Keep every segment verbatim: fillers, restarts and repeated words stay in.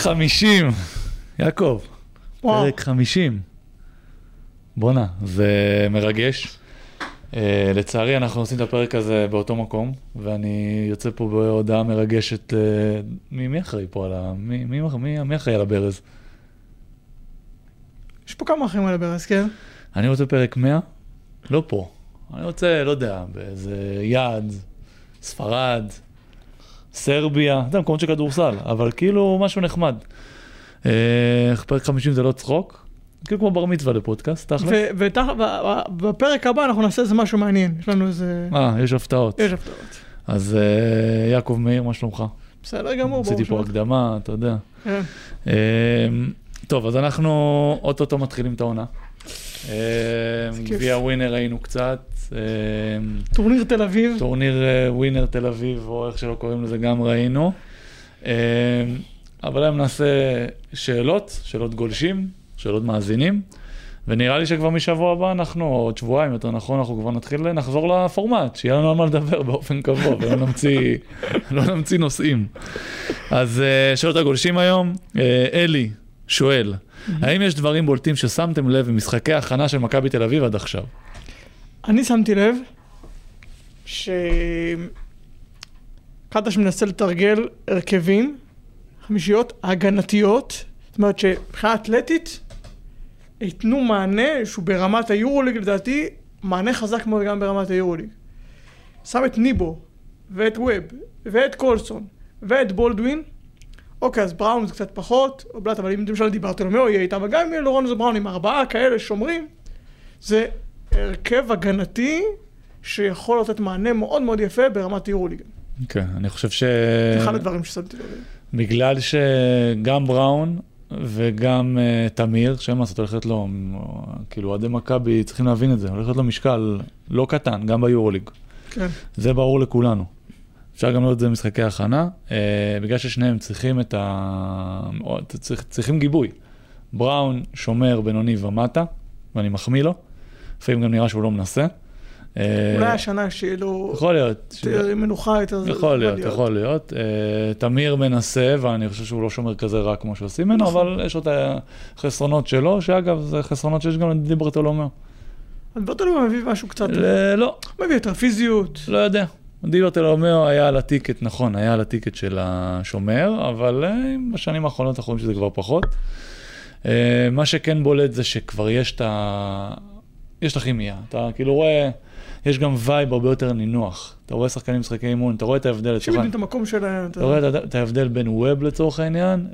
חמישים, יעקב, וואו. פרק חמישים. בונה, זה מרגש. Uh, לצערי אנחנו עושים את הפרק הזה באותו מקום, ואני יוצא פה בהודעה מרגשת, uh, מי, מי אחראי פה על ה... מי, מי, מי, מי אחראי על הברז? יש פה כמה אחרים על הברז, כן? אני רוצה פרק מאה, לא פה. אני רוצה, לא יודע, באיזה יעד, ספרד, סרביה, אתה יודע, מקומות של כדורסל, אבל כאילו משהו נחמד. Uh, פרק חמישים זה לא צחוק, כאילו כמו בר מצווה לפודקאסט, תכל'ס. ובפרק הבא אנחנו נעשה איזה משהו מעניין, יש לנו איזה... אה, יש הפתעות. יש הפתעות. אז uh, יעקב מאיר, מה שלומך? בסדר גמור, ברור. עשיתי פה הקדמה, אתה יודע. כן. Uh, טוב, אז אנחנו אוטוטו מתחילים את העונה. Uh, גביע ווינר היינו קצת. Uh, טורניר תל אביב. טורניר uh, ווינר תל אביב, או איך שלא קוראים לזה, גם ראינו. Uh, אבל היום נעשה שאלות, שאלות גולשים, שאלות מאזינים, ונראה לי שכבר משבוע הבא אנחנו, או עוד שבועיים יותר נכון, אנחנו כבר נתחיל לחזור לפורמט, שיהיה לנו על מה לדבר באופן קבוע, ולא נמציא, לא נמציא נושאים. אז שאלות הגולשים היום, אלי שואל, האם יש דברים בולטים ששמתם לב במשחקי ההכנה של מכבי תל אביב עד עכשיו? אני שמתי לב ש... קדש מנסה לתרגל הרכבים, חמישיות, הגנתיות, זאת אומרת שבחינה אתלטית, ייתנו מענה שהוא ברמת היורוליג, לדעתי, מענה חזק מאוד גם ברמת היורוליג. שם את ניבו, ואת ווב, ואת קולסון, ואת בולדווין. אוקיי, אז בראון זה קצת פחות, או בלט, אבל אם למשל דיברתי לו מאו, יהיה איתם, וגם אם לורון זה בראון עם ארבעה כאלה שומרים, זה הרכב הגנתי שיכול לתת מענה מאוד מאוד יפה ברמת היורוליג. כן, אני חושב ש... זה אחד הדברים ששמתי לב. בגלל שגם בראון וגם uh, תמיר, שהם לעשות, הולכת לו, כאילו עדי מכבי צריכים להבין את זה, הולכת לו משקל לא קטן, גם ביורוליג. כן. זה ברור לכולנו. אפשר גם לראות את זה במשחקי ההכנה, uh, בגלל ששניהם צריכים את ה... צריך, צריכים גיבוי. בראון שומר בינוני ומטה, ואני מחמיא לו, לפעמים גם נראה שהוא לא מנסה. אולי השנה שיהיה לו... יכול להיות. מנוחה יותר... יכול להיות, יכול להיות. תמיר מנסה, ואני חושב שהוא לא שומר כזה רע כמו שעושים ממנו, אבל יש עוד חסרונות שלו, שאגב, זה חסרונות שיש גם לדיברטולומיאו. דיברטולומיאו מביא משהו קצת... לא. מביא יותר פיזיות. לא יודע. דיברטולומיאו היה על הטיקט, נכון, היה על הטיקט של השומר, אבל בשנים האחרונות אנחנו רואים שזה כבר פחות. מה שכן בולט זה שכבר יש את ה... יש את הכימיה. אתה כאילו רואה... יש גם וייב הרבה יותר נינוח. אתה רואה שחקנים משחקי אימון, אתה רואה את ההבדל. שמיודעים את המקום שלהם. אתה רואה את ההבדל בין ווב לצורך העניין,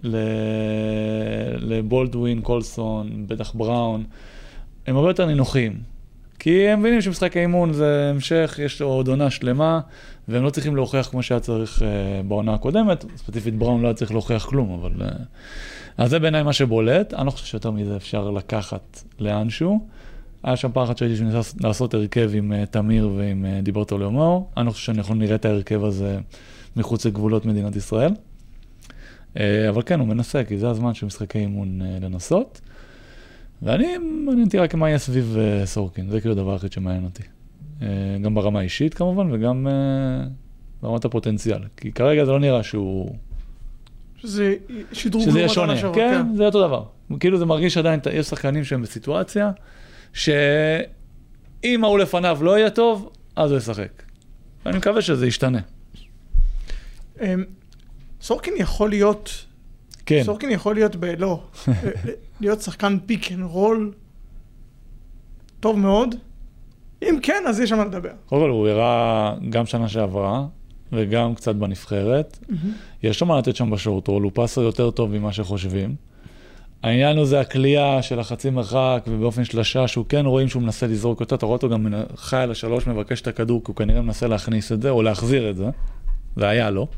לבולדווין, קולסון, בטח בראון. הם הרבה יותר נינוחים. כי הם מבינים שמשחקי אימון זה המשך, יש עוד עונה שלמה, והם לא צריכים להוכיח כמו שהיה צריך בעונה הקודמת. ספציפית בראון לא היה צריך להוכיח כלום, אבל... אז זה בעיניי מה שבולט. אני לא חושב שיותר מזה אפשר לקחת לאנשהו. היה שם פעם אחת שהייתי שניסה לעשות הרכב עם uh, תמיר ועם uh, דיברטולומיאו. אני חושב שאני יכול נראה את ההרכב הזה מחוץ לגבולות מדינת ישראל. Uh, אבל כן, הוא מנסה, כי זה הזמן של משחקי אימון uh, לנסות. ואני מעניין אותי רק מה יהיה סביב uh, סורקין. זה כאילו הדבר הכי שמעניין אותי. Uh, גם ברמה האישית כמובן, וגם uh, ברמת הפוטנציאל. כי כרגע זה לא נראה שהוא... שזה שדרוג שזה יהיה שונה. השבוע, כן, כן, זה אותו דבר. כאילו זה מרגיש עדיין, יש שחקנים שהם בסיטואציה, שאם ההוא לפניו לא יהיה טוב, אז הוא ישחק. ואני מקווה שזה ישתנה. סורקין יכול להיות, כן. סורקין יכול להיות ב... לא, להיות שחקן פיק אנד רול טוב מאוד. אם כן, אז יש שם לדבר. קודם כל, הוא הראה גם שנה שעברה, וגם קצת בנבחרת. יש לו מה לתת שם בשורט רול, הוא פסר יותר טוב ממה שחושבים. העניין הוא זה הקליעה של החצי מרחק, ובאופן שלשה שהוא כן רואים שהוא מנסה לזרוק אותה, אתה רואה אותו גם חי על השלוש, מבקש את הכדור, כי הוא כנראה מנסה להכניס את זה, או להחזיר את זה, זה היה לו.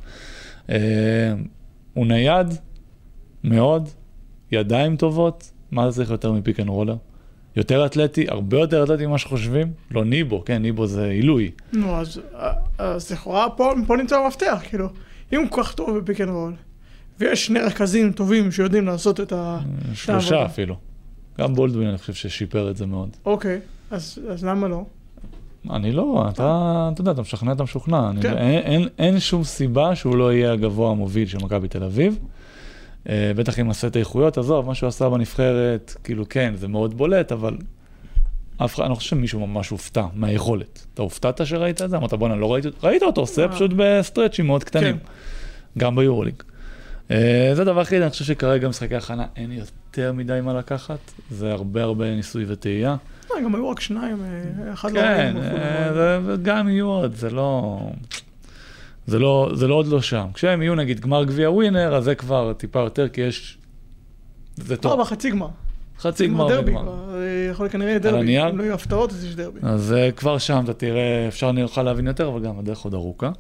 הוא נייד, מאוד, ידיים טובות, מה זה צריך יותר מפיק אנד רולר? יותר אתלטי, הרבה יותר אתלטי ממה שחושבים, לא ניבו, כן, ניבו זה עילוי. נו, אז, אז לכאורה פה, פה נמצא המפתח, כאילו, אם הוא כל כך טוב בפיק אנד רול, ויש שני רכזים טובים שיודעים לעשות את ה... שלושה אפילו. גם בולדווין אני חושב ששיפר את זה מאוד. אוקיי, אז, אז למה לא? אני לא, אתה, אתה יודע, אתה משכנע, אתה משוכנע. כן. אני, אין, אין, אין שום סיבה שהוא לא יהיה הגבוה המוביל של מכבי תל אביב. בטח עם הסט האיכויות, עזוב, מה שהוא עשה בנבחרת, כאילו כן, זה מאוד בולט, אבל אף אחד, אני חושב שמישהו ממש הופתע מהיכולת. אתה הופתעת שראית את זה? אמרת, בוא'נה, לא ראיתי, ראית אותו, עושה פשוט בסטרצ'ים מאוד קטנים, גם ביורוליג. זה דבר אחרי, אני חושב שכרגע משחקי הכנה אין יותר מדי מה לקחת, זה הרבה הרבה ניסוי וטעייה. גם היו רק שניים, אחד לא כן, וגם יהיו עוד, זה לא... זה לא, זה לא עוד לא שם. כשהם יהיו נגיד גמר גביע ווינר, אז זה כבר טיפה יותר, כי יש... זה טוב. לא, בחצי גמר. חצי גמר וגמר. יכול כנראה דרבי, אם לא יהיו הפתעות, אז יש דרבי. אז כבר שם אתה תראה, אפשר נראה להבין יותר, אבל גם הדרך עוד ארוכה.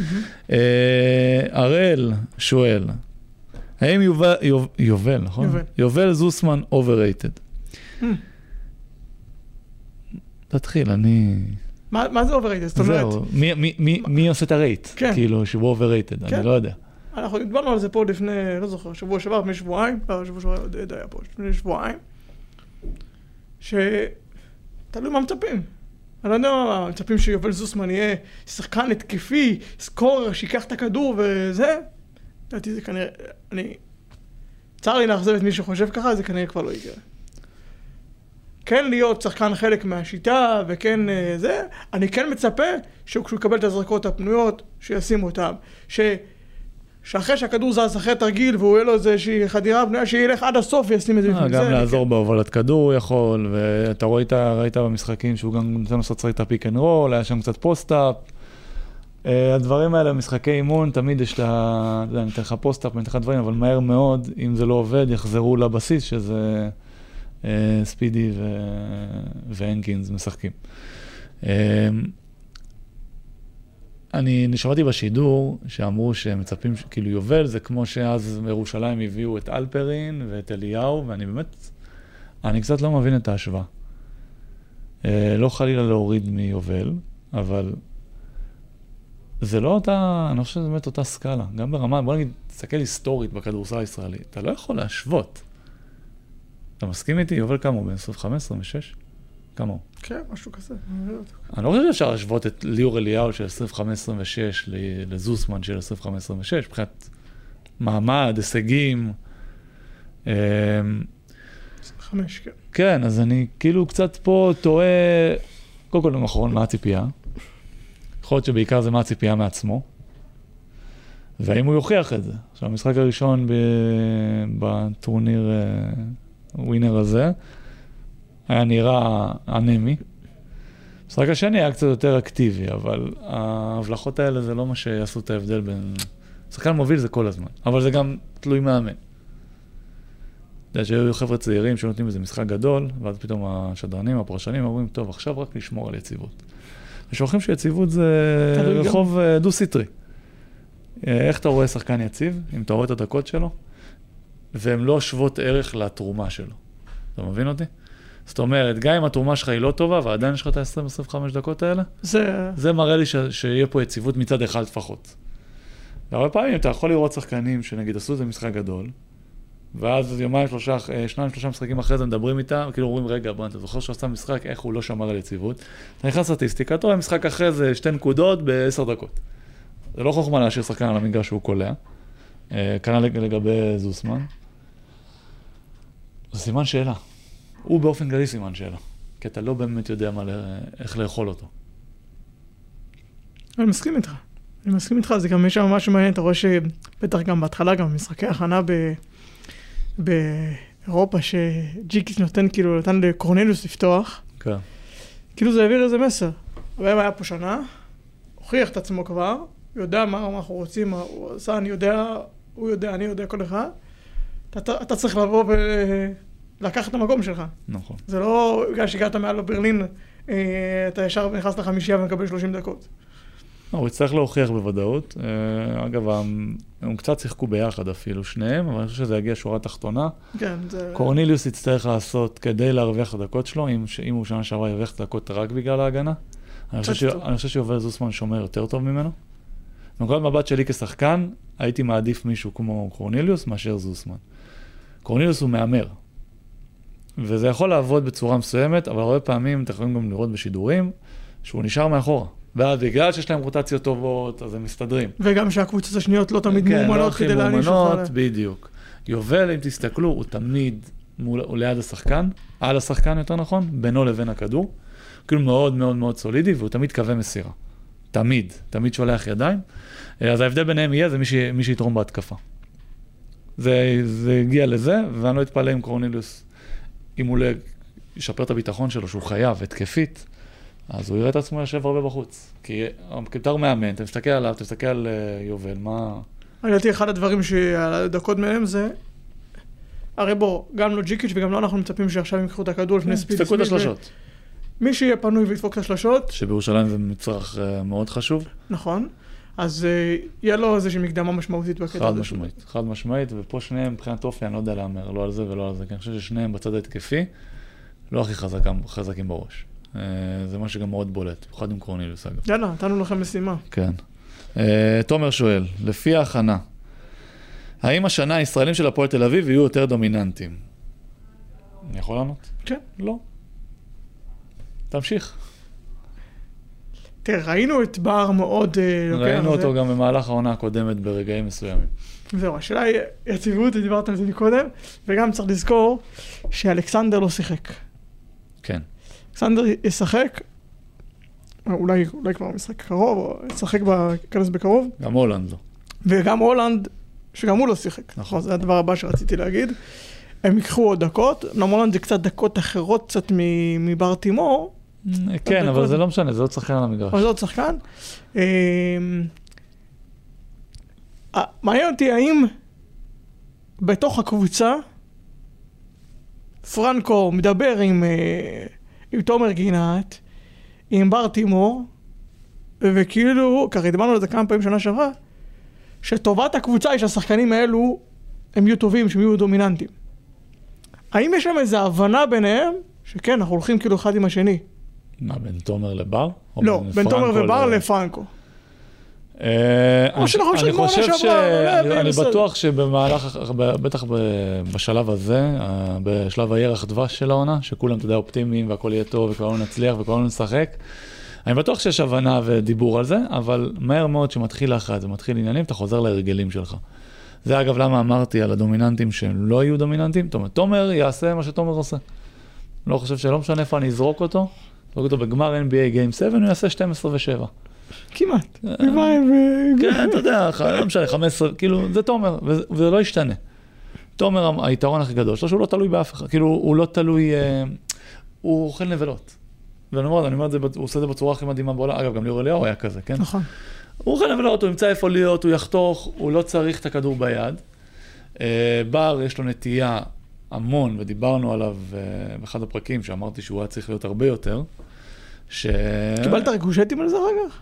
הראל שואל, האם יובל, יובל, נכון? יובל זוסמן overrated. תתחיל, אני... מה זה overrated? זאת אומרת... זהו, מי עושה את הרייט? כאילו, שהוא overrated, אני לא יודע. אנחנו דיברנו על זה פה לפני, לא זוכר, שבוע שעבר, לפני שבועיים, לא, שבוע שעבר, עוד היה פה, לפני שבועיים, שתלוי מה מצפים. אני לא יודע מה, מצפים שיובל זוסמן יהיה שחקן התקפי, סקורר, שיקח את הכדור וזה. לדעתי זה כנראה, אני... צר לי להחזב את מי שחושב ככה, זה כנראה כבר לא יקרה. כן להיות שחקן חלק מהשיטה, וכן זה, אני כן מצפה שכשהוא יקבל את הזרקות הפנויות, שישימו אותם. ש... שאחרי שהכדור זז אחרי תרגיל, והוא יהיה לו איזושהי חדירה בנויה, שילך עד הסוף וישים את זה. גם לעזור בהובלת כדור הוא יכול, ואתה ראית במשחקים שהוא גם נותן לעשות שחק את הפיק אנד רול, היה שם קצת פוסט-אפ. הדברים האלה, משחקי אימון, תמיד יש את ה... אני אתן לך פוסט-אפ, אני אתן לך דברים, אבל מהר מאוד, אם זה לא עובד, יחזרו לבסיס, שזה ספידי והנקינס משחקים. אני נשמעתי בשידור שאמרו שמצפים, כאילו יובל, זה כמו שאז בירושלים הביאו את אלפרין ואת אליהו, ואני באמת, אני קצת לא מבין את ההשוואה. לא חלילה להוריד מיובל, אבל זה לא אותה, אני חושב שזה באמת אותה סקאלה. גם ברמה, בוא נגיד, תסתכל היסטורית בכדורסל הישראלי, אתה לא יכול להשוות. אתה מסכים איתי? יובל כמה הוא? בין עשרים וחמש עשרים ושש? כמה הוא? כן, משהו כזה. אני לא חושב שאפשר להשוות את ליאור אליהו של עשרים וחמש עשרים ושש לזוסמן של עשרים וחמש עשרים ושש, מבחינת מעמד, הישגים. עשרים וחמש, כן. כן, אז אני כאילו קצת פה טועה, קודם כל למחרון, מה הציפייה? יכול להיות שבעיקר זה מה הציפייה מעצמו, והאם הוא יוכיח את זה. עכשיו, המשחק הראשון בטורניר ווינר הזה, היה נראה אנמי. המשחק השני היה קצת יותר אקטיבי, אבל ההבלחות האלה זה לא מה שיעשו את ההבדל בין... שחקן מוביל זה כל הזמן, אבל זה גם תלוי מאמן. אתה יודע שהיו חבר'ה צעירים שנותנים איזה משחק גדול, ואז פתאום השדרנים, הפרשנים, אומרים, טוב, עכשיו רק לשמור על יציבות. ושוכחים שיציבות זה רחוב דו-סטרי. איך אתה רואה שחקן יציב, אם אתה רואה את הדקות שלו, והם לא שוות ערך לתרומה שלו. אתה מבין אותי? זאת אומרת, גם אם התרומה שלך היא לא טובה, ועדיין יש לך את ה-עשרים עד עשרים וחמש דקות האלה, זה, זה מראה לי ש... שיהיה פה יציבות מצד אחד לפחות. והרבה פעמים אתה יכול לראות שחקנים שנגיד עשו את זה משחק גדול, ואז יומיים, שלושה, שניים, שלושה משחקים אחרי זה מדברים איתם, כאילו אומרים, רגע, בוא, אתה זוכר שעשה משחק, איך הוא לא שמר על יציבות? אתה נכנס סטטיסטיקה, אתה רואה משחק אחרי זה שתי נקודות בעשר דקות. זה לא חוכמה להשאיר שחקן על המגרש שהוא קולע. כנ"ל לגבי זוסמן. זה סימן שאלה. הוא באופן כללי סימן שאלה. כי אתה לא באמת יודע מה, איך לאכול אותו. אני מסכים איתך. אני מסכים איתך, זה גם יש שם משהו מעניין, אתה רואה שבטח גם בהתחלה, גם במשחקי הכנה ב... באירופה, שג'יקיס נותן, כאילו, נתן לקורנליוס לפתוח. כן. כאילו זה העביר איזה מסר. אבל היה פה שנה, הוכיח את עצמו כבר, יודע מה אנחנו רוצים, מה הוא עשה, אני יודע, הוא יודע, אני יודע, כל אחד. אתה, אתה צריך לבוא ולקחת את המקום שלך. נכון. זה לא, בגלל שהגעת מעל לברלין, אתה ישר נכנס לחמישייה ומקבל שלושים דקות. הוא יצטרך להוכיח בוודאות. אגב, הם קצת שיחקו ביחד אפילו, שניהם, אבל אני חושב שזה יגיע שורה תחתונה. כן, זה... קורניליוס יצטרך לעשות כדי להרוויח את הדקות שלו, אם, אם הוא שנה שעברה ירוויח את הדקות רק בגלל ההגנה. אני חושב, ש... אני חושב שיובל זוסמן שומר יותר טוב ממנו. בנקודת מבט שלי כשחקן, הייתי מעדיף מישהו כמו קורניליוס מאשר זוסמן. קורניליוס הוא מאמר. וזה יכול לעבוד בצורה מסוימת, אבל הרבה פעמים אתם יכולים גם לראות בשידורים, שהוא נשאר מאחורה. ואז בגלל שיש להם רוטציות טובות, אז הם מסתדרים. וגם שהקבוצות השניות לא תמיד מאומנות כדי להניש אותך. בדיוק. יובל, אם תסתכלו, הוא תמיד מול, הוא ליד השחקן, על השחקן יותר נכון, בינו לבין הכדור, כאילו מאוד מאוד מאוד סולידי, והוא תמיד קווה מסירה. תמיד, תמיד שולח ידיים. אז ההבדל ביניהם יהיה, זה מי, ש, מי שיתרום בהתקפה. זה, זה הגיע לזה, ואני לא אתפלא עם קורנילוס, אם הוא ישפר את הביטחון שלו, שהוא חייב, התקפית, אז הוא יראה את עצמו יושב הרבה בחוץ. כי כתר מאמן, אתה מסתכל עליו, אתה מסתכל על יובל, מה... אני יודעתי, אחד הדברים שהדקות מהם זה, הרי בוא, גם לא ג'יקיץ' וגם לא אנחנו מצפים שעכשיו הם יקחו את הכדור לפני ספיד. תפקו את השלשות. מי שיהיה פנוי וידפוק את השלשות. שבירושלים זה מצרך מאוד חשוב. נכון. אז יהיה לו איזושהי מקדמה משמעותית בקטע הזה. חד משמעית, חד משמעית, ופה שניהם מבחינת אופי, אני לא יודע לאמר, לא על זה ולא על זה, כי אני חושב ששניהם בצד ההתקפי, לא הכי חזקים בראש. זה מה שגם מאוד בולט, במיוחד עם קורנילוס אגב. יאללה, נתנו לכם משימה. כן. תומר שואל, לפי ההכנה, האם השנה הישראלים של הפועל תל אביב יהיו יותר דומיננטיים? אני יכול לענות? כן. לא. תמשיך. תראה, ראינו את בר מאוד... ראינו אותו גם במהלך העונה הקודמת ברגעים מסוימים. זהו, השאלה היא יציבות, דיברת על זה מקודם, וגם צריך לזכור שאלכסנדר לא שיחק. כן. אלכסנדר ישחק, אולי, אולי כבר משחק קרוב, או ישחק בכנס בקרוב. גם הולנד לא. וגם הולנד, שגם הוא לא שיחק. נכון. זה הדבר הבא שרציתי להגיד. הם ייקחו עוד דקות, הולנד זה קצת דקות אחרות קצת מבר תימור. כן, אבל זה לא משנה, זה עוד שחקן על המגרש. אבל זה עוד שחקן. מעניין אותי, האם בתוך הקבוצה, פרנקו מדבר עם, עם תומר גינת, עם בר תימור, וכאילו, ככה דיברנו על זה כמה פעמים שנה שעברה, שטובת הקבוצה היא שהשחקנים האלו הם יהיו טובים, שהם יהיו דומיננטיים. האם יש להם איזו הבנה ביניהם, שכן, אנחנו הולכים כאילו אחד עם השני? מה, בין תומר לבר? לא, בין תומר ובר לפרנקו. אני חושב ש... אני בטוח שבמהלך, בטח בשלב הזה, בשלב הירח דבש של העונה, שכולם, אתה יודע, אופטימיים והכל יהיה טוב וכולנו נצליח וכולנו נשחק, אני בטוח שיש הבנה ודיבור על זה, אבל מהר מאוד שמתחיל לאחד ומתחיל עניינים, אתה חוזר להרגלים שלך. זה אגב למה אמרתי על הדומיננטים שהם לא יהיו דומיננטים. תומר יעשה מה שתומר עושה. לא חושב שלא משנה איפה אני אזרוק אותו, אזרוק אותו בגמר אן בי איי Game שבע, הוא יעשה שתים עשרה ושבע. כמעט. כן, אתה יודע, לא משנה, חמש עשרה, כאילו, זה תומר, וזה לא ישתנה. תומר, היתרון הכי גדול שלו, שהוא לא תלוי באף אחד, כאילו, הוא לא תלוי, הוא אוכל נבלות. ואני אומר, אני אומר את זה, הוא עושה את זה בצורה הכי מדהימה בעולם, אגב, גם ליאור אליהו היה כזה, כן? נכון. הוא אוכל נבלות, הוא ימצא איפה להיות, הוא יחתוך, הוא לא צריך את הכדור ביד. בר, יש לו נטייה המון, ודיברנו עליו באחד הפרקים, שאמרתי שהוא היה צריך להיות הרבה יותר. קיבלת ריקושטים על זה רגע?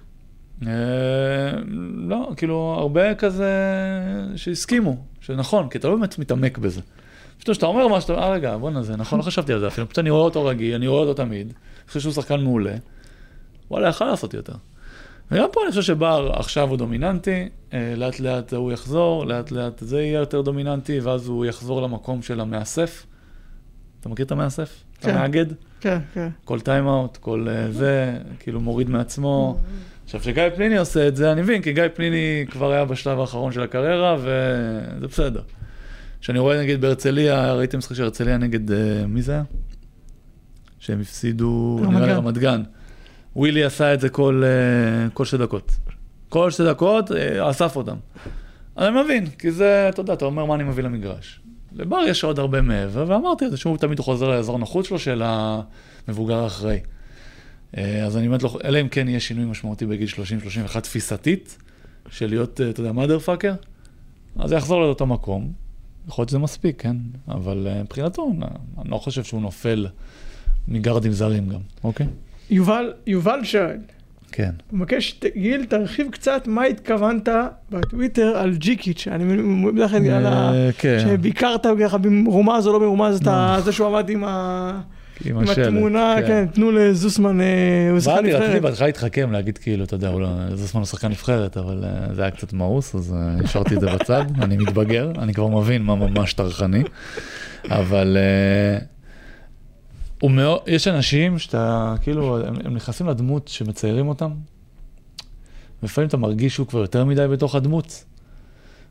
לא, כאילו, הרבה כזה שהסכימו, שנכון, כי אתה לא באמת מתעמק בזה. פשוט שאתה אומר מה שאתה, אה רגע, בוא נזה, נכון, לא חשבתי על זה אפילו, פשוט אני רואה אותו רגיל, אני רואה אותו תמיד, אני חושב שהוא שחקן מעולה, וואלה, יכל לעשות יותר. וגם פה אני חושב שבר עכשיו הוא דומיננטי, לאט לאט הוא יחזור, לאט לאט זה יהיה יותר דומיננטי, ואז הוא יחזור למקום של המאסף. אתה מכיר את המאסף? אתה מאגד? כן, כן. כל טיים-אוט, כל זה, כאילו מוריד מעצמו. עכשיו, שגיא פניני עושה את זה, אני מבין, כי גיא פניני כבר היה בשלב האחרון של הקריירה, וזה בסדר. כשאני רואה, נגיד, בהרצליה, ראיתם משחק של הרצליה נגד, מי זה היה? שהם הפסידו, נראה לי רמת גן. ווילי עשה את זה כל, כל שתי דקות. כל שתי דקות, אסף אותם. אני מבין, כי זה, אתה יודע, אתה אומר מה אני מביא למגרש. לבר יש עוד הרבה מעבר, ואמרתי את זה, שהוא תמיד הוא חוזר לאזור נוחות שלו של המבוגר האחראי. אז אני באמת לא, אלא אם כן יהיה שינוי משמעותי בגיל שלושים שלושים ואחת תפיסתית, של להיות, אתה יודע, motherfucker, אז זה יחזור לאותו מקום. יכול להיות שזה מספיק, כן? אבל מבחינתו, אני לא חושב שהוא נופל מגרדים זרים גם, אוקיי? יובל, יובל שואל. כן. הוא מבקש, גיל, תרחיב קצת מה התכוונת בטוויטר על ג'יקיץ', אני בדרך כלל על שביקרת ככה במרומז או לא במרומז, זה שהוא עמד עם ה... עם התמונה, כן, תנו לזוסמן, הוא שחקן נבחרת. רציתי בהתחלה להתחכם, להגיד כאילו, אתה יודע, זוסמן הוא שחקן נבחרת, אבל זה היה קצת מאוס, אז השארתי את זה בצד, אני מתבגר, אני כבר מבין מה ממש טרחני, אבל יש אנשים שאתה, כאילו, הם נכנסים לדמות שמציירים אותם, לפעמים אתה מרגיש שהוא כבר יותר מדי בתוך הדמות,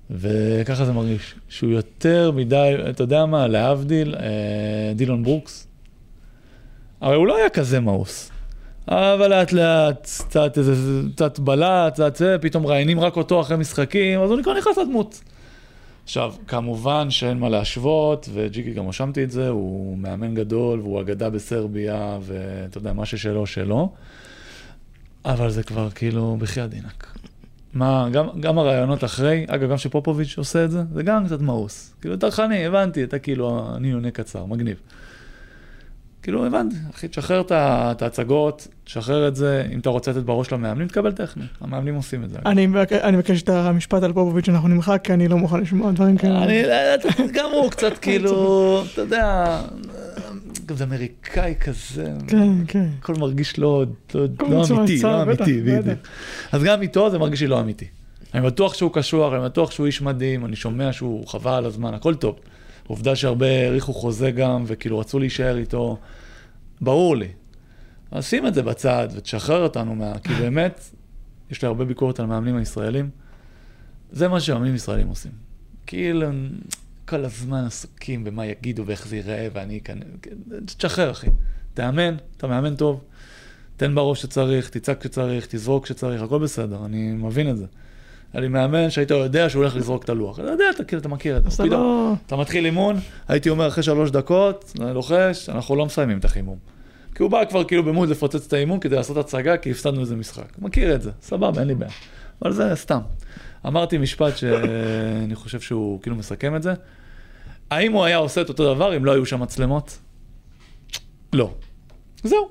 וככה זה מרגיש, שהוא יותר מדי, אתה יודע מה, להבדיל, דילון ברוקס, הרי הוא לא היה כזה מאוס, אבל לאט לאט, קצת איזה, קצת בלט, קצת זה, פתאום ראיינים רק אותו אחרי משחקים, אז הוא נקרא נכנס לדמות. עכשיו, כמובן שאין מה להשוות, וג'יקי גם רשמתי את זה, הוא מאמן גדול, והוא אגדה בסרביה, ואתה יודע, מה ששלו, שלו, אבל זה כבר כאילו בחייאת דינק. מה, גם, גם הרעיונות אחרי, אגב, גם שפופוביץ' עושה את זה, זה גם קצת מאוס. כאילו, תרחני, הבנתי, אתה כאילו, אני עונה קצר, מגניב. כאילו, הבנתי, אחי, תשחרר את ההצגות, תשחרר את זה, אם אתה רוצה לתת בראש למאמנים, תקבל טכני. המאמנים עושים את זה. אני מבקש את המשפט על פופוביץ' שאנחנו נמחק, כי אני לא מוכן לשמוע דברים כאלה. אני, גם הוא קצת כאילו, אתה יודע, גם זה אמריקאי כזה. כן, כן. הכל מרגיש לא אמיתי, לא אמיתי, בדיוק. אז גם איתו זה מרגיש לי לא אמיתי. אני בטוח שהוא קשוח, אני בטוח שהוא איש מדהים, אני שומע שהוא חווה על הזמן, הכל טוב. עובדה שהרבה העריכו חוזה גם, וכאילו רצו להישאר איתו, ברור לי. אז שים את זה בצד, ותשחרר אותנו מה... כי באמת, יש לי הרבה ביקורת על מאמנים הישראלים. זה מה שמאמנים ישראלים עושים. כאילו, כל הזמן עסוקים במה יגידו ואיך זה ייראה, ואני כאן... תשחרר, אחי. תאמן, אתה מאמן טוב. תן בראש שצריך, תצעק שצריך, תזרוק שצריך, הכל בסדר, אני מבין את זה. אני מאמן שהיית יודע שהוא הולך לזרוק את הלוח. אתה יודע, אתה, אתה מכיר את זה. פתאום, אתה מתחיל אימון, הייתי אומר אחרי שלוש דקות, לוחש, אנחנו לא מסיימים את החימום. כי הוא בא כבר כאילו במוד לפוצץ את האימון כדי לעשות הצגה, כי הפסדנו איזה משחק. מכיר את זה, סבבה, אין לי בעיה. אבל זה סתם. אמרתי משפט שאני חושב שהוא כאילו מסכם את זה. האם הוא היה עושה את אותו דבר אם לא היו שם מצלמות? לא. זהו.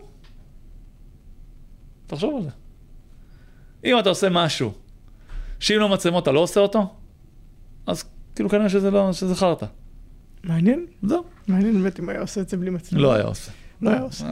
תחשוב על זה. אם אתה עושה משהו, שאם לא מצלמות אתה לא עושה אותו, אז כאילו כנראה שזה לא, שזה חרטה. מעניין? זהו. מעניין באמת אם היה עושה את זה בלי מצלמות. לא היה עושה. לא היה עושה.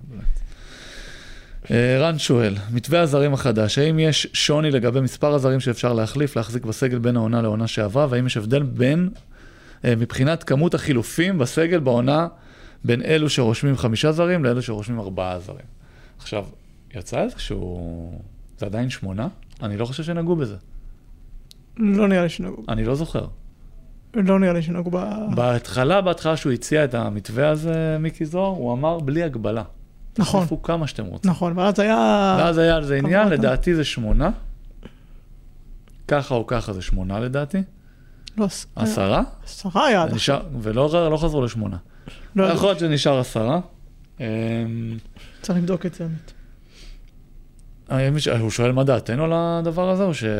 רן שואל, מתווה הזרים החדש, האם יש שוני לגבי מספר הזרים שאפשר להחליף, להחזיק בסגל בין העונה לעונה שעברה, והאם יש הבדל בין, מבחינת כמות החילופים בסגל בעונה, בין אלו שרושמים חמישה זרים לאלו שרושמים ארבעה זרים? עכשיו, יצא איזשהו, זה עדיין שמונה? אני לא חושב שנגעו בזה. לא נראה לי שנגעו. אני לא זוכר. לא נראה לי שנגעו ב... בהתחלה, בהתחלה שהוא הציע את המתווה הזה, מיקי זוהר, הוא אמר בלי הגבלה. נכון. תחליפו כמה שאתם רוצים. נכון, ואז היה... ואז היה על זה עניין, לדעתי זה שמונה. ככה או ככה זה שמונה לדעתי. לא, עשרה? עשרה היה עד עכשיו. ולא חזרו לשמונה. יכול להיות שנשאר עשרה. צריך לבדוק את זה, אמת. הוא שואל מה דעתנו על הדבר הזה, או ש...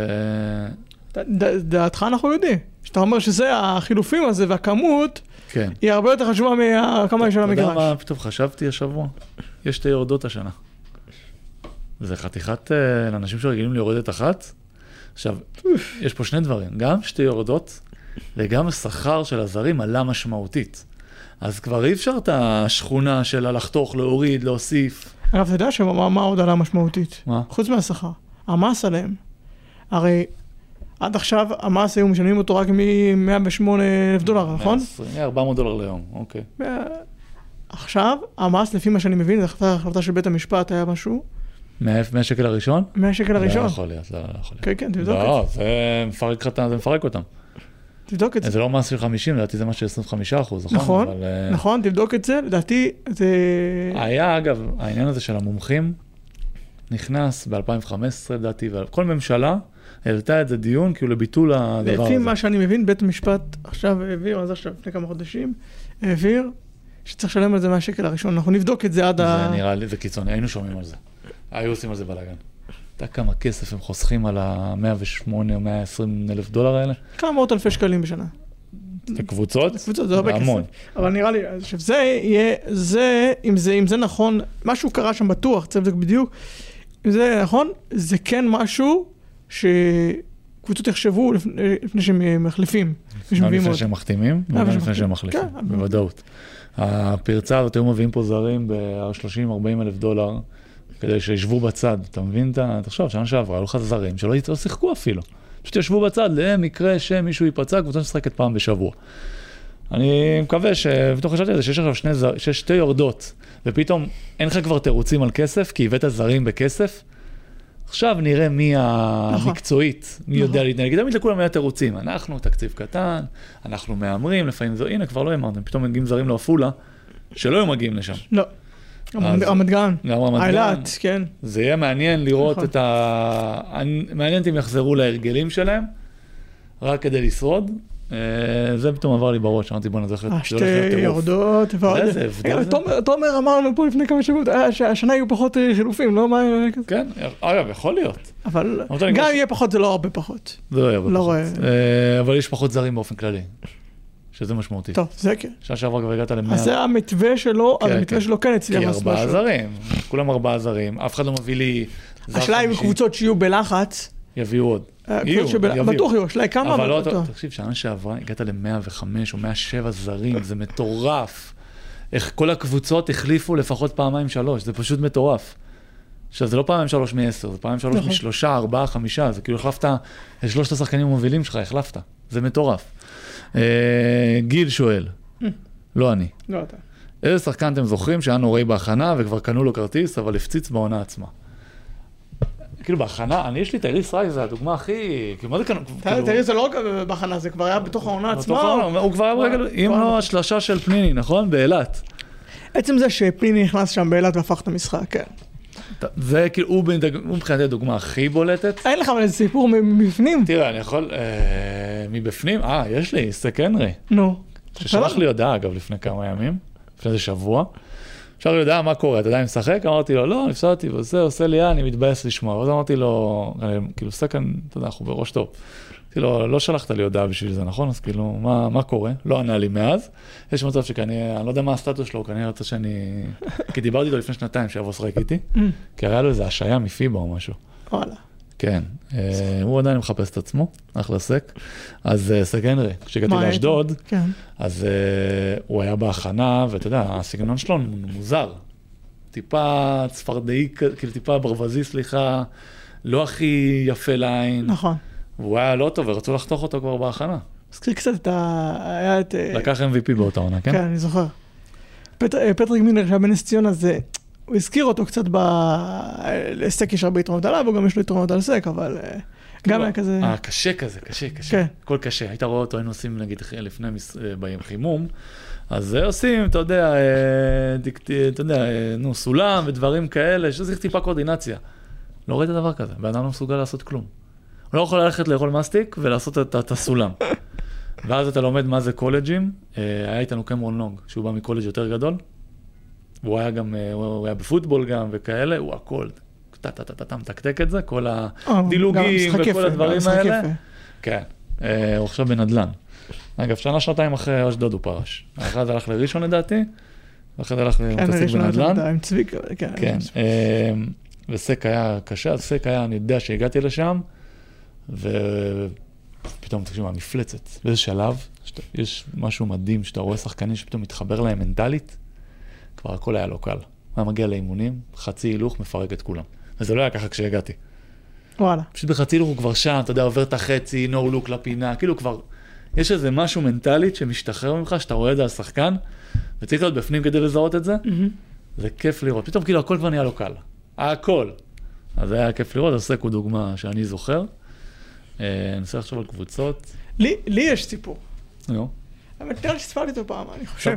דעתך אנחנו יודעים. שאתה אומר שזה החילופים הזה והכמות, כן. היא הרבה יותר חשובה מהכמה של המגרש. אתה יודע מה פתאום חשבתי השבוע? יש שתי יורדות השנה. זה חתיכת לאנשים שרגילים ליורדת אחת. עכשיו, יש פה שני דברים. גם שתי יורדות, וגם השכר של הזרים עלה משמעותית. אז כבר אי אפשר את השכונה של לחתוך, להוריד, להוסיף. אגב, אתה יודע שמה עוד עלה משמעותית? מה? חוץ מהשכר. המס עליהם. הרי עד עכשיו המס היו משלמים אותו רק מ-מאה ושמונה אלף דולר, נכון? ארבע מאות דולר ליום, אוקיי. עכשיו, המס, לפי מה שאני מבין, זו החלטה של בית המשפט, היה משהו. מאה שקל הראשון? מאה שקל הראשון. לא יכול להיות, לא יכול להיות. כן, כן, תבדוק את זה. לא, זה מפרק אותם. תבדוק את זה. זה לא מס של חמישים, לדעתי זה מס של עשרים וחמישה אחוז, נכון? נכון, נכון, תבדוק את זה, לדעתי זה... היה, אגב, העניין הזה של המומחים נכנס ב-אלפיים וחמש עשרה, לדעתי, וכל ממשלה העלתה את זה דיון, כאילו לביטול הדבר הזה. לפי מה שאני מבין, בית המשפט עכשיו העביר, אז עכשיו לפני כמה חודשים, העביר שצריך לשלם על זה מהשקל הראשון. אנחנו נבדוק את זה עד ה... זה נראה לי, זה קיצוני, היינו שומעים על זה. היו עושים על זה בלגן. אתה כמה כסף הם חוסכים על ה-מאה ושמונה או מאה ועשרים אלף דולר האלה? כמה מאות אלפי שקלים בשנה. לקבוצות? לקבוצות, זה הרבה המון. כסף. אבל נראה לי, שזה יהיה, זה, אם זה, אם זה נכון, משהו קרה שם בטוח, צריך לבדוק בדיוק, אם זה נכון, זה כן משהו שקבוצות יחשבו לפני, לפני שהם מחליפים. לפני שהם מחתימים? לפני שהם מחליפים, בוודאות. הפרצה הזאת, היו מביאים פה זרים ב-שלושים ארבעים אלף דולר, כדי שישבו בצד, אתה מבין? אתה תחשוב, שנה שעברה, היו לך זרים שלא שיחקו אפילו. פשוט ישבו בצד, למקרה שמישהו ייפצע, קבוצה ששחקת פעם בשבוע. אני מקווה שבתוך חשבתי על זה, שיש עכשיו שני זר, שיש שתי יורדות, ופתאום אין לך כבר תירוצים על כסף, כי הבאת זרים בכסף. עכשיו נראה מי המקצועית, מי יודע להתנהג. תמיד לכולם היה תירוצים. אנחנו תקציב קטן, אנחנו מאמרים, לפעמים זו, הנה, כבר לא אמרתם, פתאום מגיעים זרים לעפולה, שלא היו מגיעים לשם. לא. רמת גן. גם רמת גן. אילת, כן. זה יהיה מעניין לראות את ה... מעניין אם יחזרו להרגלים שלהם, רק כדי לשרוד. זה פתאום עבר לי בראש, אמרתי בוא נזכת. שתי יורדות. איזה הבדל זה. תומר אמרנו פה לפני כמה שבועות, שהשנה יהיו פחות חילופים, לא? כן, אגב, יכול להיות. אבל גם יהיה פחות, זה לא הרבה פחות. זה לא יהיה הרבה פחות. אבל יש פחות זרים באופן כללי, שזה משמעותי. טוב, זה כן. שעה שעבר כבר הגעת למאה. אז זה המתווה שלו, אז המתווה שלו כן הצליח. כי ארבעה זרים, כולם ארבעה זרים, אף אחד לא מביא לי... השאלה עם קבוצות שיהיו בלחץ. יביאו עוד. בטוח יהיו, השאלה כמה... אבל לא, תקשיב, שנה שעברה הגעת ל-מאה וחמש או מאה ושבע זרים, זה מטורף. איך כל הקבוצות החליפו לפחות פעמיים שלוש, זה פשוט מטורף. עכשיו, זה לא פעמיים שלוש מ-עשר, זה פעמיים שלוש משלושה, ארבעה, חמישה, זה כאילו החלפת, שלושת השחקנים המובילים שלך, החלפת. זה מטורף. גיל שואל, לא אני. לא אתה. איזה שחקן אתם זוכרים שהיה נוראי בהכנה וכבר קנו לו כרטיס, אבל הפציץ בעונה עצמה? כאילו בהכנה, אני יש לי תאריס רייס, זה הדוגמה הכי... כאילו, מה זה קנו? תאריס זה לא רק בהכנה, זה כבר היה בתוך העונה עצמה. הוא כבר היה ברגל, אם לא השלשה של פניני, נכון? באילת. עצם זה שפניני נכנס שם באילת והפך את המשחק, כן. זה כאילו, הוא מבחינת הדוגמה הכי בולטת. אין לך אבל איזה סיפור מבפנים. תראה, אני יכול... מבפנים? אה, יש לי, סק הנרי. נו. ששלח לי הודעה, אגב, לפני כמה ימים, לפני איזה שבוע. אפשר לי לדעת מה קורה, אתה עדיין משחק? אמרתי לו, לא, נפסדתי, וזה עושה לי, אני מתבאס לשמוע. ואז אמרתי לו, כאילו, סקן, אתה יודע, אנחנו בראש טוב. אמרתי לו, לא שלחת לי הודעה בשביל זה, נכון? אז כאילו, מה, מה קורה? לא ענה לי מאז. יש מצב שכנראה, אני לא יודע מה הסטטוס שלו, כנראה רוצה שאני... כי דיברתי איתו לפני שנתיים שיבוא שחק איתי, כי היה לו איזה השעיה מפיבה או משהו. וואלה. כן, הוא עדיין מחפש את עצמו, אחלה סק. אז סק הנרי, כשהגעתי לאשדוד, אז הוא היה בהכנה, ואתה יודע, הסגנון שלו מוזר. טיפה צפרדאי, כאילו טיפה ברווזי, סליחה, לא הכי יפה לעין. נכון. והוא היה לא טוב, ורצו לחתוך אותו כבר בהכנה. הזכיר קצת את ה... לקח אם וי פי באותה עונה, כן? כן, אני זוכר. פטריק מילר, שהיה בנס ציונה, זה... הוא הזכיר אותו קצת ב... לסק יש הרבה יתרונות עליו, וגם יש לו יתרונות על סק, אבל גם היה כזה... אה, קשה כזה, קשה, קשה. הכל קשה. היית רואה אותו, היינו עושים, נגיד, לפני באים חימום, אז עושים, אתה יודע, אתה יודע, נו, סולם ודברים כאלה, שזה טיפה קואורדינציה. לא ראית דבר כזה, ואדם לא מסוגל לעשות כלום. הוא לא יכול ללכת לאכול מסטיק ולעשות את הסולם. ואז אתה לומד מה זה קולג'ים. היה איתנו קמרון לונג, שהוא בא מקולג' יותר גדול. הוא היה גם, הוא היה בפוטבול גם וכאלה, הוא הכל, אתה מתקתק את זה, כל הדילוגים וכל הדברים האלה. כן, הוא עכשיו בנדלן. אגב, שנה, שנתיים אחרי אשדוד הוא פרש. האחד הלך לראשון לדעתי, ואחד הלך להתעסק בנדלן. עם צביקה, כן. כן, וסק היה קשה, אז סק היה, אני יודע שהגעתי לשם, ופתאום תקשיב, המפלצת. באיזה שלב, יש משהו מדהים, שאתה רואה שחקנים שפתאום מתחבר להם מנטלית, כבר הכל היה לא קל. היה מגיע לאימונים, חצי הילוך, מפרק את כולם. וזה לא היה ככה כשהגעתי. וואלה. פשוט בחצי הילוך הוא כבר שם, אתה יודע, עובר את החצי, נו לוק לפינה, כאילו כבר, יש איזה משהו מנטלית שמשתחרר ממך, שאתה רואה את זה על שחקן, וצריך להיות בפנים כדי לזהות את זה, זה כיף לראות. פתאום כאילו הכל כבר נהיה לא קל. הכל. אז זה היה כיף לראות, אז סק הוא דוגמה שאני זוכר. אני רוצה לחשוב על קבוצות. לי יש סיפור. נו. אבל תראה שספרתי אותו פעם, אני חושב.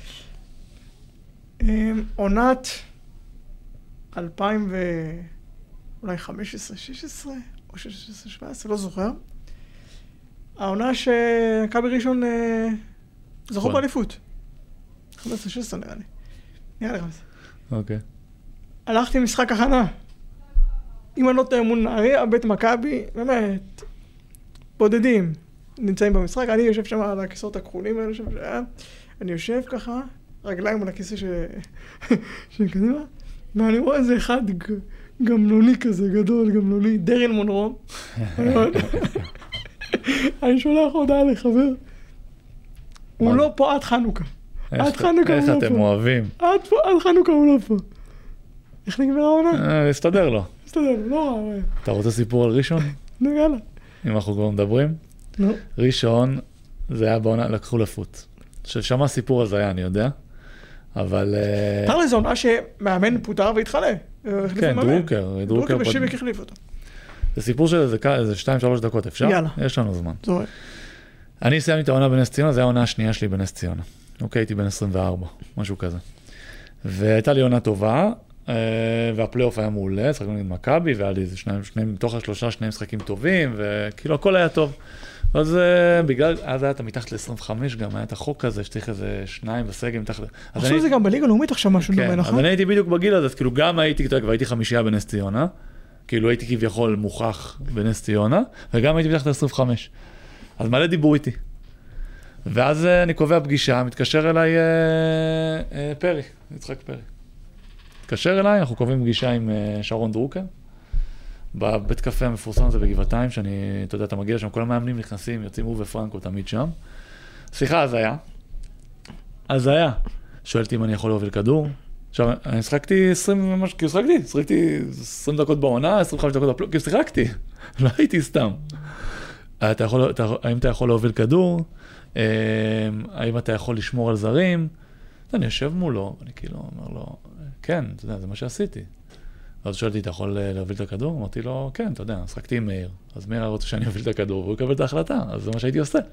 עונת אלפיים ו... אולי חמש עשרה, שש עשרה, או שש עשרה, שבע עשרה, לא זוכר. העונה שמכבי ראשון זכו באליפות. חמש עשרה, שש עשרה נראה לי. נראה לי חמש עשרה. אוקיי. הלכתי משחק הכנה. אם אני לא טועה מול נהריה, בית מכבי, באמת, בודדים נמצאים במשחק. אני יושב שם על הכיסאות הכחולים האלה שם, אני יושב ככה, רגליים על הכיסא של קדימה, ואני רואה איזה אחד גמלוני כזה, גדול, גמלוני, דריל מונרו. אני שולח הודעה לחבר. הוא לא פה עד חנוכה. עד חנוכה הוא לא פה. איך אתם אוהבים? עד חנוכה הוא לא פה. איך נגמר העונה? הסתדר לו. הסתדר לו, לא רע. אתה רוצה סיפור על ראשון? נו, יאללה. אם אנחנו כבר מדברים? נו. ראשון, זה היה בעונה, לקחו לפוט. עכשיו, שמה הסיפור הזה היה, אני יודע. אבל... תראה לזה עונה שמאמן פוטר והתחלה. כן, דרוקר. דרוקר ושיביק החליף אותו. זה סיפור של זה שתיים שלוש דקות, אפשר? יאללה. יש לנו זמן. זורק. אני סיימתי את העונה בנס ציונה, זו העונה השנייה שלי בנס ציונה. אוקיי, הייתי בן עשרים וארבע, משהו כזה. והייתה לי עונה טובה, והפלייאוף היה מעולה, שחקנו נגד מכבי, והיה לי מתוך השלושה שני משחקים טובים, וכאילו הכל היה טוב. אז בגלל, אז היה את מתחת ל-עשרים וחמש גם, היה את החוק הזה, שצריך איזה שניים בסגל מתחת... עכשיו זה גם בליגה לאומית עכשיו משהו דומה, נכון? אז אני הייתי בדיוק בגיל הזה, אז כאילו גם הייתי, והייתי חמישייה בנס ציונה, כאילו הייתי כביכול מוכח בנס ציונה, וגם הייתי מתחת ל-עשרים וחמש. אז מלא דיבור איתי. ואז אני קובע פגישה, מתקשר אליי אה, אה, פרי, יצחק פרי. מתקשר אליי, אנחנו קובעים פגישה עם אה, שרון דרוקר, בבית קפה המפורסם הזה בגבעתיים, שאני, אתה יודע, אתה מגיע שם, כל המאמנים נכנסים, יוצאים הוא ופרנקו תמיד שם. סליחה, אז היה. אז היה. שואלתי אם אני יכול להוביל כדור. עכשיו, אני שחקתי עשרים ממש, כאילו שחקתי, שחקתי עשרים דקות בעונה, עשרים וחמש דקות בפלוק, כאילו שחקתי. לא הייתי סתם. אתה יכול, אתה, האם אתה יכול להוביל כדור? האם אתה יכול לשמור על זרים? אני יושב מולו, ואני כאילו אומר לו, כן, אתה יודע, זה מה שעשיתי. אז שאלתי, אתה יכול להוביל את הכדור? אמרתי לו, כן, אתה יודע, שחקתי עם מאיר. אז מאיר רוצה שאני אוביל את הכדור, והוא יקבל את ההחלטה, אז זה מה שהייתי עושה.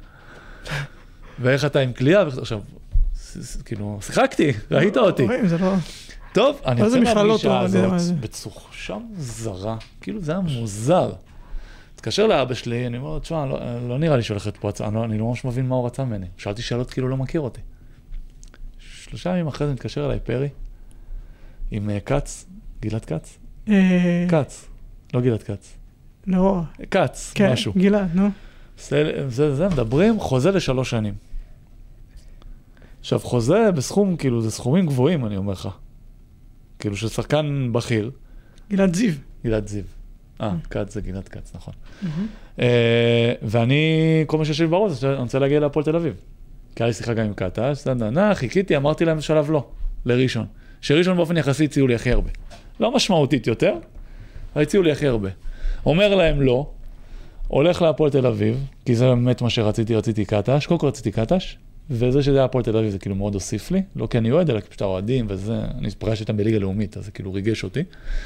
ואיך אתה עם קליעה? עכשיו, כאילו, שיחקתי, ראית אותי. טוב, אני יוצא מהפגישה הזאת, בצוחה מוזרה, כאילו זה היה מוזר. התקשר לאבא שלי, אני אומר, תשמע, לא, לא נראה לי שהולכת פה הצעה, אני לא ממש מבין מה הוא רצה ממני. שאלתי שאלות כאילו לא מכיר אותי. שלושה ימים אחרי זה מתקשר אליי פרי, עם קץ, גלעד קץ? קץ, לא גלעד קץ. לא. קץ, משהו. כן, גלעד, נו. זה, זה, זה, מדברים, חוזה לשלוש שנים. עכשיו, חוזה בסכום, כאילו, זה סכומים גבוהים, אני אומר לך. כאילו, של שחקן בכיר. גלעד זיו. גלעד זיו. אה, קץ זה גלעד קץ, נכון. ואני, כל מה שיש לי בראש, אני רוצה להגיע להפועל תל אביב. כי היה לי שיחה גם עם קטש, חיכיתי, אמרתי להם בשלב לא, לראשון. שראשון באופן יחסי הציעו לי הכי הרבה. לא משמעותית יותר, אבל הציעו לי הכי הרבה. אומר להם לא, הולך להפועל תל אביב, כי זה באמת מה שרציתי, רציתי קטש, קודם כל רציתי קטש, וזה שזה היה הפועל תל אביב זה כאילו מאוד הוסיף לי, לא כי אני אוהד, אלא כי פשוט האוהדים וזה, אני פגשתי אותם בליגה לאומית, אז זה כאילו ריגש אותי.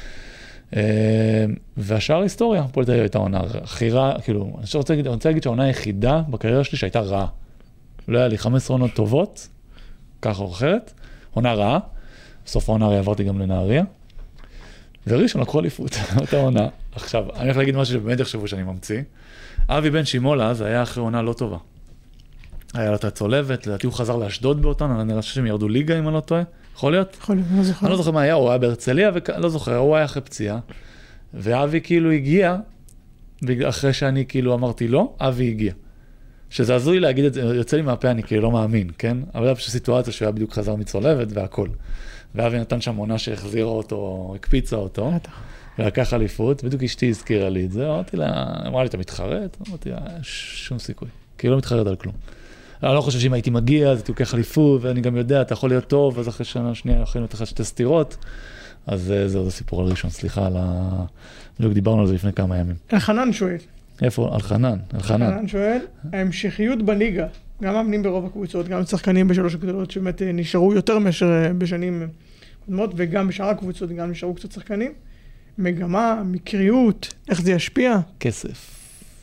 והשאר היסטוריה, הפועל תל אביב הייתה עונה הכי רעה, כאילו, אני רוצה להגיד, אני רוצה להגיד שהעונה היחידה בקריירה שלי שהייתה רעה. לא היה לי חמש עשרה עונות טובות, ככה או אחרת, עונה רעה, בסוף העונה הרי עברתי גם לנהריה, וראשון לקחו אליפות, אותה עונה. עכשיו, אני הולך להגיד משהו שבאמת יחשבו שאני ממציא. אבי בן שימולה, אז היה אחרי עונה לא טובה. היה לו את הצולבת, לדעתי הוא חזר לאשדוד באותן, אני נראה שהם ירדו ליגה אם אני לא טועה. יכול להיות? יכול להיות, אני לא זוכר. אני לא זוכר מה היה, הוא היה בהרצליה, ולא זוכר, הוא היה אחרי פציעה. ואבי כאילו הגיע, אחרי שאני כאילו אמרתי לא, אבי הגיע. שזה עזוי להגיד את זה, יוצא לי מהפה, אני כאילו לא מאמין, כן? אבל היה פשוט סיטואציה שהוא היה בדיוק חזר מצולבת והכל. ואבי נתן שם עונה שהחזירה אותו, הקפיצה אותו, ולקח אליפות, בדיוק אשתי הזכירה לי את זה, אמרתי לה, אמרה לי, אתה מתחרט? אמרתי לה, שום סיכוי, כי היא לא מתחרט על כלום. אני לא חושב שאם הייתי מגיע, אז הייתי לוקח אליפות, ואני גם יודע, אתה יכול להיות טוב, אז אחרי שנה שנייה יכולים לתת לך שתי סתירות, אז זהו, זה סיפור על ראשון, סליחה על ה... בדיוק דיברנו על זה לפני כמה ימים. אלחנן שואל. איפה? אלחנן, אלחנן. אלחנן שואל, ההמשכיות בליגה, גם מאמנים ברוב הקבוצות, גם שחקנים בשלוש הגדולות שבאמת נשארו יותר מאשר בשנים קודמות, וגם בשאר הקבוצות גם נשארו קצת שחקנים. מגמה, מקריות, איך זה ישפיע? כסף.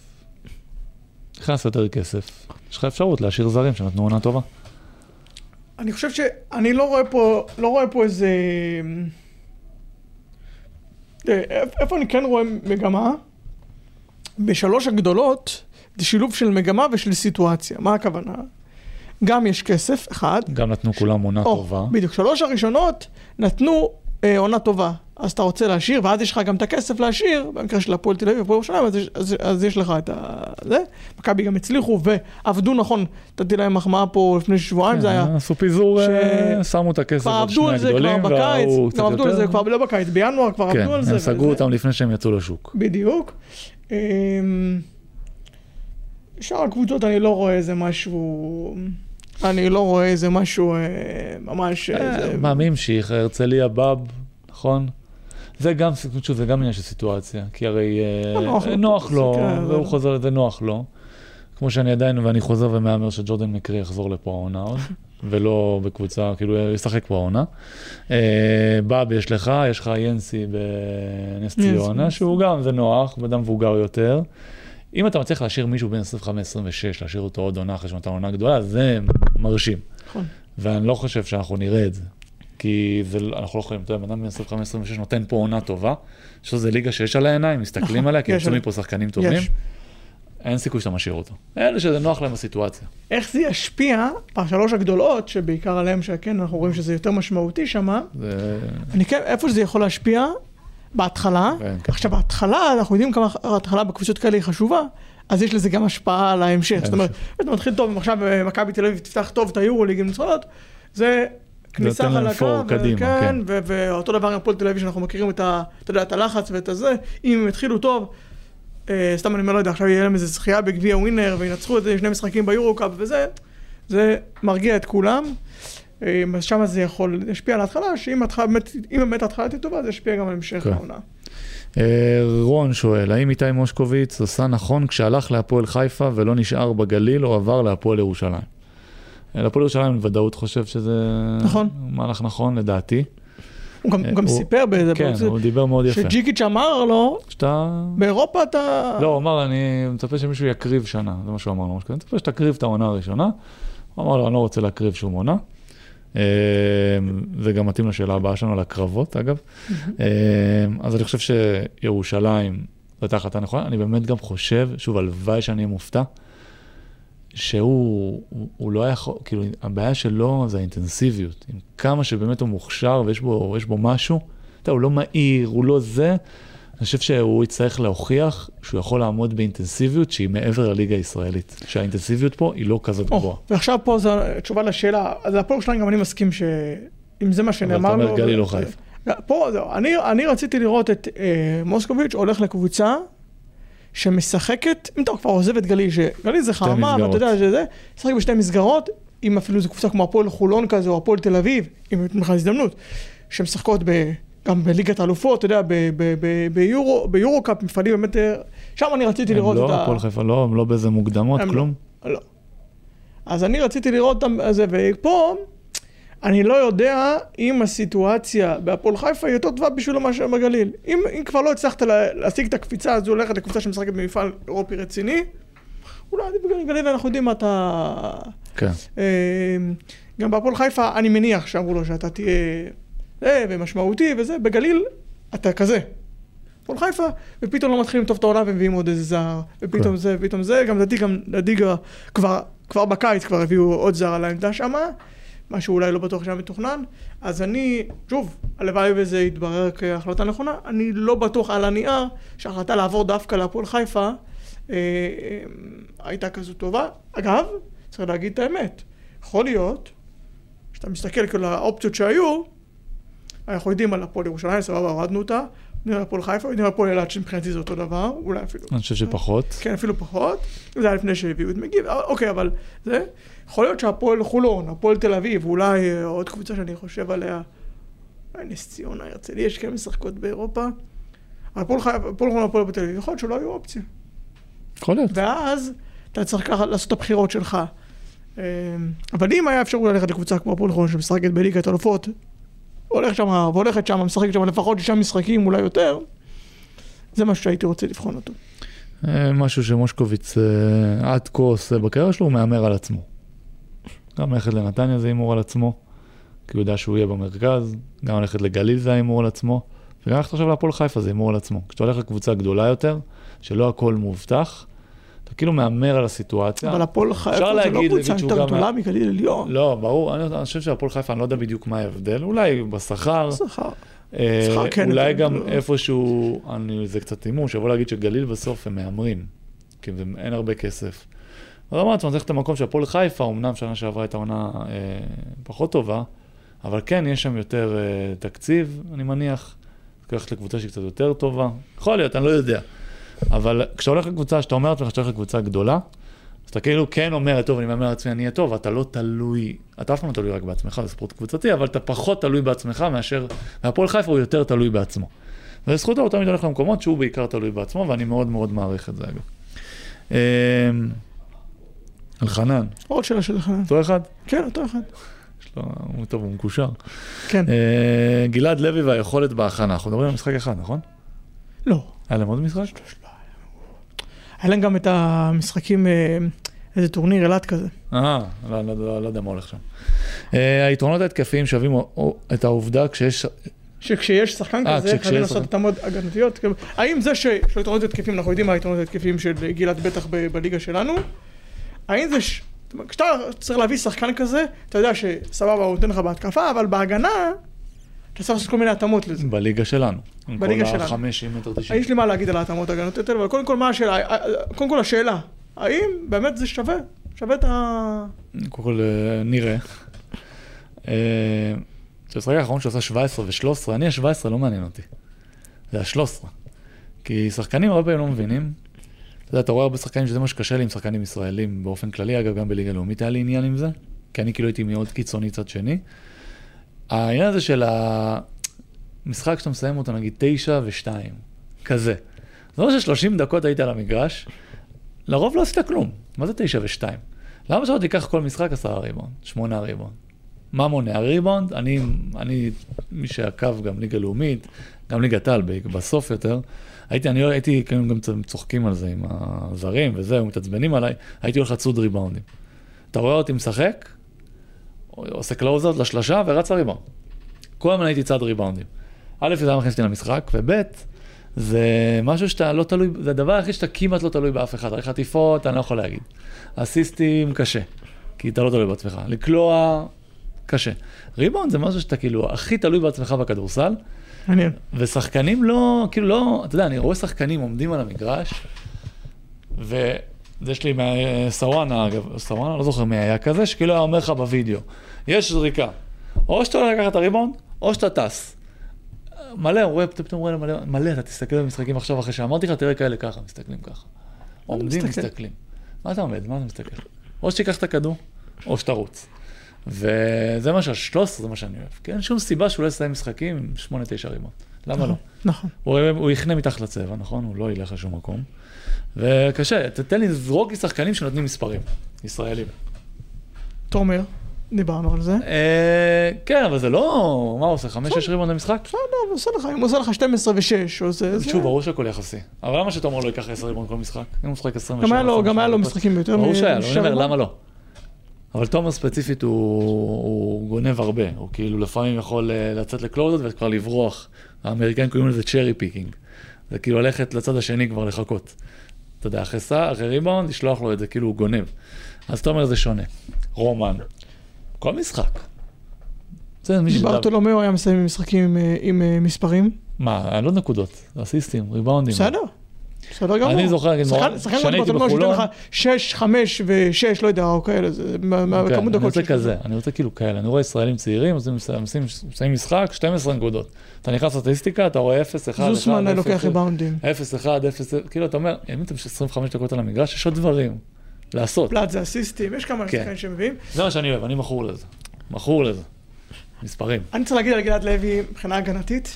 נכנס יותר כסף. יש לך אפשרות להשאיר זרים שנתנו עונה טובה. אני חושב שאני לא רואה פה, לא רואה פה איזה... איפה אני כן רואה מגמה? בשלוש הגדולות, זה שילוב של מגמה ושל סיטואציה. מה הכוונה? גם יש כסף, אחד. גם נתנו כולם עונה טובה. בדיוק, שלוש הראשונות נתנו אה, עונה טובה. אז אתה רוצה להשאיר, ואז יש לך גם את הכסף להשאיר, במקרה של הפועל תל אביב, הפועל ירושלים, אז, אז, אז יש לך את זה. מכבי גם הצליחו ועבדו נכון, נתתי להם מחמאה פה לפני שבועיים, כן, זה היה... עשו פיזור, ש... שמו את הכסף עוד שני הגדולים, והוא קצת יותר. עבדו על זה כבר לא בקיץ, בינואר כבר כן, עבדו על זה. כן, הם סגרו אותם לפני שהם יצאו לשוק. בדיוק. שאר הקבוצות אני לא רואה איזה משהו... אני לא רואה איזה משהו ממש... מה, מי המשיך? הרצליה בב, נכון? זה גם, זה גם עניין של סיטואציה, כי הרי נוח לו, והוא חוזר לזה נוח לו. כמו שאני עדיין, ואני חוזר ומאמר שג'ורדן מקרי יחזור לפה העונה עוד. ולא בקבוצה, כאילו, ישחק פה העונה. בב יש לך, יש לך ינסי בנס ציונה, שהוא גם, זה נוח, בדם מבוגר יותר. אם אתה מצליח להשאיר מישהו בין עשרים וחמש עשרים ושש, להשאיר אותו עוד עונה אחרי שנתן עונה גדולה, זה מרשים. נכון. ואני לא חושב שאנחנו נראה את זה. כי זה, אנחנו לא יכולים, אתה יודע, בן אדם בין עשרים וחמש עשרים ושש נותן פה עונה טובה, שזו ליגה שיש על העיניים, מסתכלים עליה, כי יוצאים מפה שחקנים טובים. אין סיכוי שאתה משאיר אותו. אלה שזה נוח להם בסיטואציה. איך זה ישפיע בשלוש הגדולות, שבעיקר עליהם שכן, אנחנו רואים שזה יותר משמעותי שם. זה... אני כן, איפה שזה יכול להשפיע? בהתחלה. עכשיו, בהתחלה, אנחנו יודעים כמה ההתחלה בקבוצות כאלה היא חשובה, אז יש לזה גם השפעה על ההמשך. זאת אומרת, אתה מתחיל טוב, עכשיו מכבי תל אביב תפתח טוב את היורוליג עם ניצחונות, זה כניסה חלקה, כן, ואותו דבר עם הפועל תל אביב שאנחנו מכירים את הלחץ ואת הזה, אם הם התחילו טוב, סתם אני לא יודע, עכשיו יהיה להם איזו זכייה בגביע ווינר, וינצחו את זה, שני משחקים ביורוקאפ וזה, זה מרגיע את כולם. אז שם זה יכול להשפיע על ההתחלה, שאם באמת ההתחלה תהיה טובה, זה ישפיע גם על המשך העונה. רון שואל, האם איתי מושקוביץ עושה נכון כשהלך להפועל חיפה ולא נשאר בגליל או עבר להפועל ירושלים? להפועל ירושלים בוודאות חושב שזה מהלך נכון, לדעתי. הוא גם סיפר באיזה... כן, הוא דיבר מאוד יפה. שג'יקיץ' אמר לו, באירופה אתה... לא, הוא אמר, אני מצפה שמישהו יקריב שנה, זה מה שהוא אמר לו. אני מצפה שתקריב את העונה הראשונה. הוא אמר לו, אני לא רוצה להקריב שום עונה. זה גם מתאים לשאלה הבאה שלנו, לקרבות, אגב. אז אני חושב שירושלים, זאת החלטה נכונה. אני באמת גם חושב, שוב, הלוואי שאני מופתע, שהוא הוא לא יכול, כאילו, הבעיה שלו זה האינטנסיביות. עם כמה שבאמת הוא מוכשר ויש בו, יש בו משהו, אתה, הוא לא מהיר, הוא לא זה. אני חושב שהוא יצטרך להוכיח שהוא יכול לעמוד באינטנסיביות שהיא מעבר לליגה הישראלית. שהאינטנסיביות פה היא לא כזאת גבוהה. ועכשיו פה זו תשובה לשאלה, אז הפועל שלנו גם אני מסכים שאם זה מה שנאמר לו... אבל אתה אומר גליל לא חיפה. פה זהו, אני, אני רציתי לראות את אה, מוסקוביץ' הולך לקבוצה שמשחקת, אם אתה כבר עוזב את גליל, שגליל זה חרמה, ואתה יודע שזה, משחק בשתי מסגרות, אם אפילו זו קבוצה כמו הפועל חולון כזה, או הפועל תל אביב, אם יש לך הזדמנות, שמשחקות ב... גם בליגת האלופות, אתה יודע, ביורו, ביורוקאפ, מפעלים באמת, שם אני רציתי לראות את ה... הם לא, הפועל חיפה לא, הם לא באיזה מוקדמות, כלום. לא. אז אני רציתי לראות את זה, ופה, אני לא יודע אם הסיטואציה בהפועל חיפה היא יותר טובה בשביל מה שבגליל. אם כבר לא הצלחת להשיג את הקפיצה, אז הוא הולכת לקבוצה שמשחקת במפעל אירופי רציני, אולי בגליל אנחנו יודעים מה אתה... כן. גם בהפועל חיפה, אני מניח שאמרו לו שאתה תהיה... זה, ומשמעותי וזה, בגליל אתה כזה. פועל חיפה, ופתאום לא מתחילים טוב את העונה ומביאים עוד איזה זר, ופתאום זה, ופתאום זה, גם לדעתי, גם לדיגה, כבר, כבר בקיץ כבר הביאו עוד זר על העמדה שמה, משהו אולי לא בטוח שהיה מתוכנן, אז אני, שוב, הלוואי וזה יתברר כהחלטה נכונה, אני לא בטוח על הנייר שההחלטה לעבור דווקא להפועל חיפה אה, אה, הייתה כזו טובה. אגב, צריך להגיד את האמת, יכול להיות, שאתה מסתכל כל האופציות שהיו, אנחנו יודעים על הפועל ירושלים, סבבה, הורדנו אותה, יודעים על הפועל חיפה, יודעים על הפועל אילת, שמבחינתי זה אותו דבר, אולי אפילו... אני חושב שפחות. כן, אפילו פחות. זה היה לפני שהביאו את מגיב, אוקיי, אבל זה... יכול להיות שהפועל חולון, הפועל תל אביב, אולי עוד קבוצה שאני חושב עליה, נס ציונה, הרצליה, יש כאלה משחקות באירופה, הפועל חולון, הפועל בתל אביב, יכול להיות שלא היו אופציה. יכול להיות. ואז אתה צריך לעשות את הבחירות שלך. אבל אם היה אפשר ללכת לקבוצה כמו הפועל חולון, שמשחקת בליגת האלופות, הולך שם, והולכת שם, משחקת שם לפחות שישה משחקים, אולי יותר, זה משהו שהייתי רוצה לבחון אותו. משהו שמושקוביץ עד כה עושה בקריירה שלו, הוא מאמר על עצמו. גם ללכת לנתניה זה אימור על עצמו, כי הוא יודע שהוא יהיה במרכז, גם ללכת לגליל זה אימור על עצמו, וגם ללכת עכשיו להפועל חיפה זה אימור על עצמו. כשאתה הולך לקבוצה גדולה יותר, שלא הכל מובטח, אתה כאילו מאמר על הסיטואציה. אבל הפועל חיפה זה לא קבוצה יותר גדולה מגליל עליון. לא, ברור, אני חושב שהפועל חיפה, אני לא יודע בדיוק מה ההבדל, אולי בשכר, אולי גם איפשהו, זה קצת אימור, שיבוא להגיד שגליל בסוף הם מאמרים, כי אין הרבה כסף. אז אמרת, אני צריך את המקום שהפועל חיפה, אמנם שנה שעברה את העונה פחות טובה, אבל כן, יש שם יותר תקציב, אני מניח, לקחת לקבוצה שהיא קצת יותר טובה, יכול להיות, אני לא יודע. אבל כשאתה הולך לקבוצה, שאתה אומר, שאתה הולך לקבוצה גדולה, אז אתה כאילו כן אומר, טוב, אני מאמר לעצמי, אני אהיה טוב, אתה לא תלוי, אתה אף פעם לא תלוי רק בעצמך, זה ספורט קבוצתי, אבל אתה פחות תלוי בעצמך מאשר, והפועל חיפה הוא יותר תלוי בעצמו. וזכותו, הוא תמיד הולך למקומות שהוא בעיקר תלוי בעצמו, ואני מאוד מאוד מעריך את זה, אגב. אלחנן. עוד שאלה של אלחנן. אותו אחד? כן, אותו אחד. יש לו, הוא טוב, הוא מקושר. כן. אה, גלעד לוי והיכולת בהכנה. אנחנו מדברים על משחק אחד, נכון? לא. היה להם עוד משחק? היה להם גם את המשחקים, איזה טורניר אלת כזה. אה, לא, לא, לא, לא יודע מה הולך שם. אה, היתרונות ההתקפיים שווים את העובדה כשיש... שכשיש שחקן כזה, חייבים לעשות התאמות הגנתיות. האם זה שיש לו יתרונות התקפיים, אנחנו יודעים מה היתרונות ההתקפיים של גלעד בטח בליגה שלנו, האם זה... כשאתה צריך להביא שחקן כזה, אתה יודע שסבבה, הוא נותן לך בהתקפה, אבל בהגנה, אתה צריך לעשות כל מיני התאמות לזה. בליגה שלנו. בליגה שלנו. כל ה-חמישים מטר תשעים. יש לי מה להגיד על ההתאמות הגנתיות האלה, אבל קודם כל מה השאלה, קודם כל השאלה, האם באמת זה שווה? שווה את ה... קודם כל נראה. זה המשחק האחרון שעושה שבע עשרה ו-שלוש עשרה, אני ה-שבע עשרה לא מעניין אותי. זה ה-שלוש עשרה. כי שחקנים הרבה פעמים לא מבינים. אתה יודע, אתה רואה הרבה שחקנים שזה מה שקשה לי עם שחקנים ישראלים באופן כללי, אגב גם בליגה לאומית היה לי עניין עם זה, כי אני כאילו הייתי מאוד קיצוני צד שני. העניין הזה של המשחק שאתה מסיים אותו נגיד תשע ושתיים, כזה. זאת אומרת ש-שלושים דקות היית על המגרש, לרוב לא עשית כלום. מה זה תשע ושתיים? למה שלא תיקח כל משחק עשרה ריבאונד, שמונה ריבאונד? מה מונע ריבאונד? אני, אני, מי שעקב גם ליגה לאומית, גם ליגת העל, בסוף יותר, הייתי, אני הייתי גם צוחקים על זה עם הזרים וזהו, מתעצבנים עליי, הייתי הולך לצוד ריבאונדים. אתה רואה אותי משחק, עושה קלוזות לשלושה ורץ לריבאונד. כל הזמן הייתי צד ריבאונדים. א', זה היה מכניס אותי למשחק, וב', זה משהו שאתה לא תלוי, זה הדבר הכי שאתה כמעט לא תלוי באף אחד. הרי חטיפות, אני לא יכול להגיד. אסיסטים, קשה, כי אתה לא תלוי בעצמך. לקלוע, קשה. ריבאונד זה משהו שאתה כאילו הכי תלוי בעצמך בכדורסל, מעניין. ושחקנים לא, כאילו לא, אתה יודע, אני רואה שחקנים עומדים על המגרש, ויש לי סוואנה, אגב, סוואנה, לא זוכר מי היה כזה, שכאילו היה אומר לך בווידאו, יש זריקה, או שאתה הולך לקחת את הריבאונד, או שאתה טס. מלא, רואה, פתאום רואה מלא, מלא, אתה תסתכל במשחקים עכשיו אחרי שאמרתי לך, תראה כאלה ככה, מסתכלים ככה. עומדים, מסתכלים. מה אתה עומד? מה אתה מסתכל? או שתיקח את הכדור, או שאתה רוץ. וזה מה שה-שלוש עשרה, זה מה שאני אוהב. כי אין שום סיבה שהוא לא יסיים משחקים עם שמונה תשע ריבאונד. למה לא? נכון. הוא יכנה מתחת לצבע, נכון? הוא לא ילך לשום מקום. וקשה, תתן לי זרוק לי שחקנים שנותנים מספרים, ישראלים. תומר, דיברנו על זה. כן, אבל זה לא, מה הוא עושה? חמש שש ריבאונד למשחק? בסדר, הוא עושה לך, אם הוא עושה לך שתים עשרה ושש, או זה... שוב, ברור שהכל יחסי. אבל למה שתומר לא ייקח עשר ריבאונד כל משחק? אם הוא משחק עשרים ושבע. גם היה לו משחקים ביותר. ברור שהיה, לא אומר למה לא. אבל תומר ספציפית הוא, הוא גונב הרבה, הוא כאילו לפעמים יכול לצאת לקלוזות וכבר לברוח. האמריקאים קוראים לזה צ'רי פיקינג. זה כאילו ללכת לצד השני כבר לחכות. אתה יודע, אחרי סע, אחרי ריבאונד, לשלוח לו את זה, כאילו הוא גונב. אז תומר זה שונה. רומן, כל משחק. ברטולומיאו היה מסיים עם משחקים עם, עם מספרים. מה, לא נקודות, אסיסטים, ריבאונדים. בסדר. בסדר גמור. אני זוכר, כשאני הייתי בחולון. שש, חמש ושש, לא יודע, או כאלה, זה כמות דקות. אני רוצה כזה, אני רוצה כאילו כאלה. אני רואה ישראלים צעירים, אז הם מסיים משחק, שתים עשרה נקודות. אתה נכנס לסטטיסטיקה, אתה רואה אפס, אחד, אחד, זוסמן לוקח ריבאונדים. אפס, אחד, אפס, כאילו אתה אומר, אם אתם עשרים וחמש דקות על המגרש, יש עוד דברים לעשות. פלט זה אסיסטים, יש כמה שחקנים שמביאים. זה מה שאני אוהב, אני מכור לזה. מכור לזה. מספרים. אני צריך להגיד על גלעד לוי מבחינה הגנתית.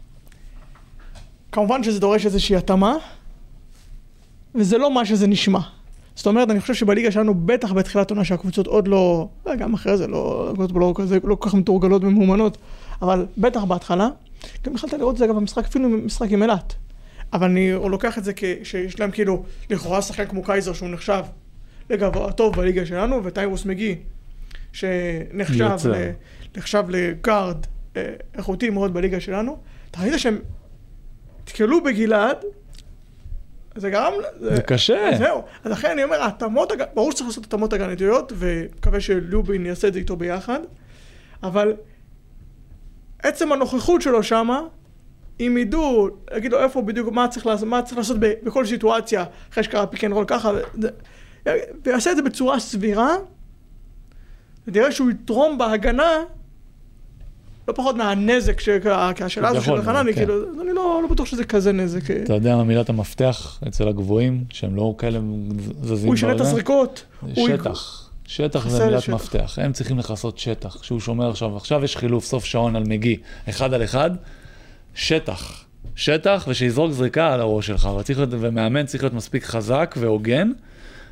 כמובן שזה דורש איזושהי התאמה, וזה לא מה שזה נשמע. זאת אומרת, אני חושב שבליגה שלנו, בטח בתחילת עונה שהקבוצות עוד לא, גם אחרי זה, לא, לא, לא כל כך מתורגלות ומאומנות, אבל בטח בהתחלה, גם יכלת לראות את זה אגב במשחק, אפילו משחק עם אילת. אבל אני לוקח את זה שיש להם כאילו, לכאורה שחקן כמו קייזר שהוא נחשב לגבוה טוב בליגה שלנו, וטיירוס מגי, שנחשב ל, נחשב לגארד איכותי מאוד בליגה שלנו. אתה ראית שהם תקלו בגלעד, זה גם... זה, זה קשה. זהו. אז לכן אני אומר, התאמות, ברור שצריך לעשות התאמות הגנתיות, ומקווה שלובין יעשה את זה איתו ביחד, אבל עצם הנוכחות שלו שמה, אם ידעו, יגידו איפה בדיוק, מה צריך לעשות, מה צריך לעשות בכל סיטואציה, אחרי שקרה פיק אנד רול ככה, ויעשה את זה בצורה סבירה, ותראה שהוא יתרום בהגנה, לא פחות מהנזק, שהשאלה הזו של החנני, כאילו, אני לא בטוח שזה כזה נזק. אתה יודע מה מילת המפתח אצל הגבוהים, שהם לא כאלה זזים. הוא ישנה את הזריקות. שטח. שטח זה מילת מפתח. הם צריכים לחסות שטח. שהוא שומר עכשיו, עכשיו יש חילוף סוף שעון על מגי, אחד על אחד, שטח. שטח, ושיזרוק זריקה על הראש שלך. ומאמן צריך להיות מספיק חזק והוגן,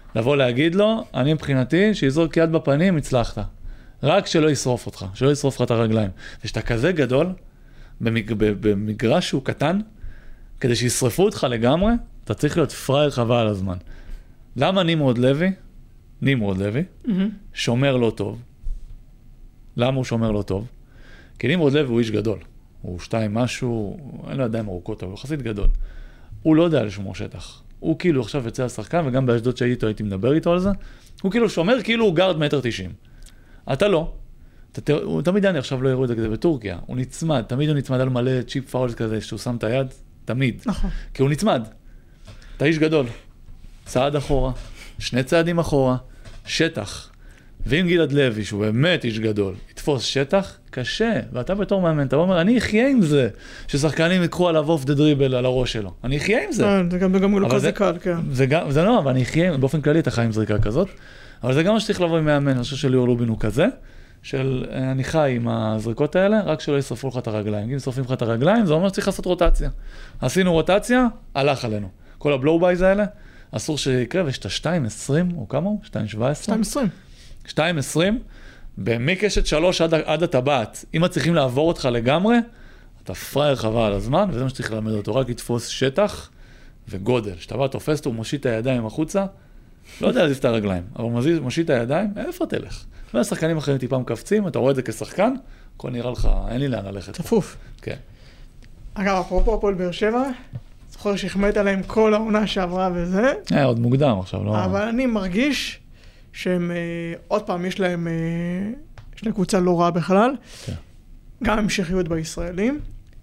לבוא להגיד לו, אני מבחינתי, שיזרוק יד בפנים, הצלחת. רק שלא ישרוף אותך, שלא ישרוף לך את הרגליים. ושאתה כזה גדול, במג... במגרש שהוא קטן, כדי שישרפו אותך לגמרי, אתה צריך להיות פרייר חבל על הזמן. למה נמרוד לוי, נמרוד לוי, mm-hmm. שומר לא טוב? למה הוא שומר לא טוב? כי נמרוד לוי הוא איש גדול. הוא שתיים משהו, אין לו ידיים ארוכות, אבל הוא חסיד גדול. הוא לא יודע לשמור שטח. הוא כאילו עכשיו יוצא לשחקן, וגם באשדוד שהייתי איתו, הייתי מדבר איתו על זה, הוא כאילו שומר כאילו הוא גארד מטר תשעים. אתה לא. אתה, הוא תמיד אני עכשיו לא יראו את זה כזה בטורקיה. הוא נצמד, תמיד הוא נצמד על מלא צ'יפ פאולס כזה, שהוא שם את היד, תמיד. נכון. כי הוא נצמד. אתה איש גדול. צעד אחורה, שני צעדים אחורה, שטח. ואם גלעד לוי, שהוא באמת איש גדול, יתפוס שטח, קשה. ואתה בתור מאמן, אתה אומר, אני אחיה עם זה, ששחקנים יקחו עליו אוף דה דריבל על הראש שלו. אני אחיה עם זה. זה גם לא כזה קל, כן. זה לא, אבל אני אחיה, באופן כללי אתה חי עם זריקה כזאת. אבל זה גם מה שצריך לבוא עם מאמן, אני חושב שליאור לובין הוא כזה, של אני חי עם הזריקות האלה, רק שלא ישרפו לך את הרגליים. אם שורפים לך את הרגליים, זה אומר שצריך לעשות רוטציה. עשינו רוטציה, הלך עלינו. כל הבלואו-בייז האלה, אסור שיקרה, ויש את ה-שתיים עשרים, או כמה הוא? שתיים שבע עשרה? שתיים עשרים. שתיים עשרים, במקשת שלוש עד, עד הטבעת. אם את צריכים לעבור אותך לגמרי, אתה פרייר חבל על הזמן, וזה מה שצריך ללמד אותו. רק לתפוס שטח וגודל. שטבעת תופסת, הוא מושיט את הידיים החוצה, לא יודע להזיז את הרגליים, אבל מושיט את הידיים, איפה תלך? והשחקנים אחרים טיפה מקפצים, אתה רואה את זה כשחקן, הכל נראה לך, אין לי לאן ללכת. צפוף. כן. אגב, אפרופו הפועל באר שבע, זוכר שהחמאת עליהם כל העונה שעברה וזה. אה, עוד מוקדם עכשיו, לא... אבל אני מרגיש שהם, עוד פעם, יש להם, יש להם קבוצה לא רעה בכלל. כן. גם המשכיות בישראלים.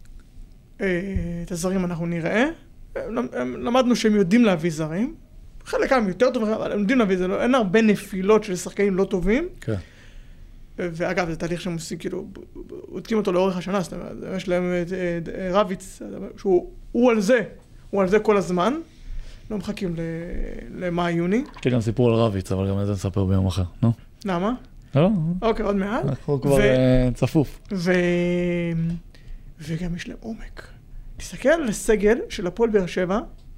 את הזרים אנחנו נראה. למדנו שהם יודעים להביא זרים. חלקם יותר טובים, אבל הם יודעים להביא, לא, אין הרבה נפילות של שחקנים לא טובים. כן. ואגב, זה תהליך שהם עושים, כאילו, עודקים אותו לאורך השנה, זאת אומרת, יש להם את רביץ, שהוא על זה, הוא על זה כל הזמן, לא מחכים למאי-יוני. יש לי גם סיפור על רביץ, אבל גם את זה נספר ביום אחר, נו? למה? לא. אוקיי, עוד מעט. אנחנו כבר צפוף. וגם יש להם עומק. תסתכל על הסגל של הפועל באר שבע,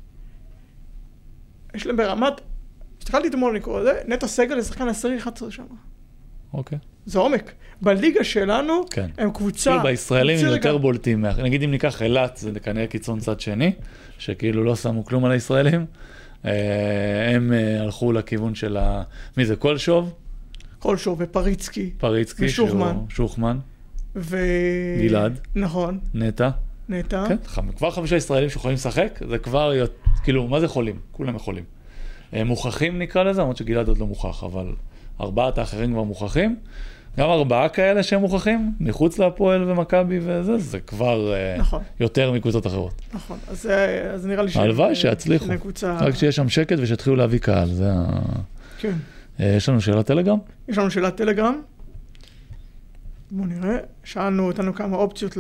יש להם ברמת, הסתכלתי אתמול לקרוא לזה, נטע סגל לשחקן עשרה אחת עשרה שם. אוקיי. זה עומק. בליגה שלנו, כן. הם קבוצה... כאילו בישראלים הם יותר בולטים. נגיד אם ניקח אילת, זה כנראה קיצון צד שני, שכאילו לא שמו כלום על הישראלים. הם הלכו לכיוון של ה... מי זה? קולשוב? קולשוב ופריצקי. פריצקי. ושוחמן. שוחמן. ו... גלעד. נכון. נטע. נטע. כן, כבר חמישה ישראלים שיכולים לשחק, זה כבר, כאילו, מה זה חולים? כולם יכולים. מוכחים נקרא לזה, למרות שגלעד עוד לא מוכח, אבל ארבעת האחרים כבר מוכחים. גם ארבעה כאלה שהם מוכחים, מחוץ להפועל ומכבי וזה, זה כבר נכון. יותר מקבוצות אחרות. נכון, אז, אז נראה לי ש... הלוואי שיצליחו. קבוצה... רק שיש שם שקט ושתחילו להביא קהל, זה ה... כן. יש לנו שאלת טלגרם? יש לנו שאלת טלגרם. בואו נראה, שאלנו אותנו כמה אופציות ל...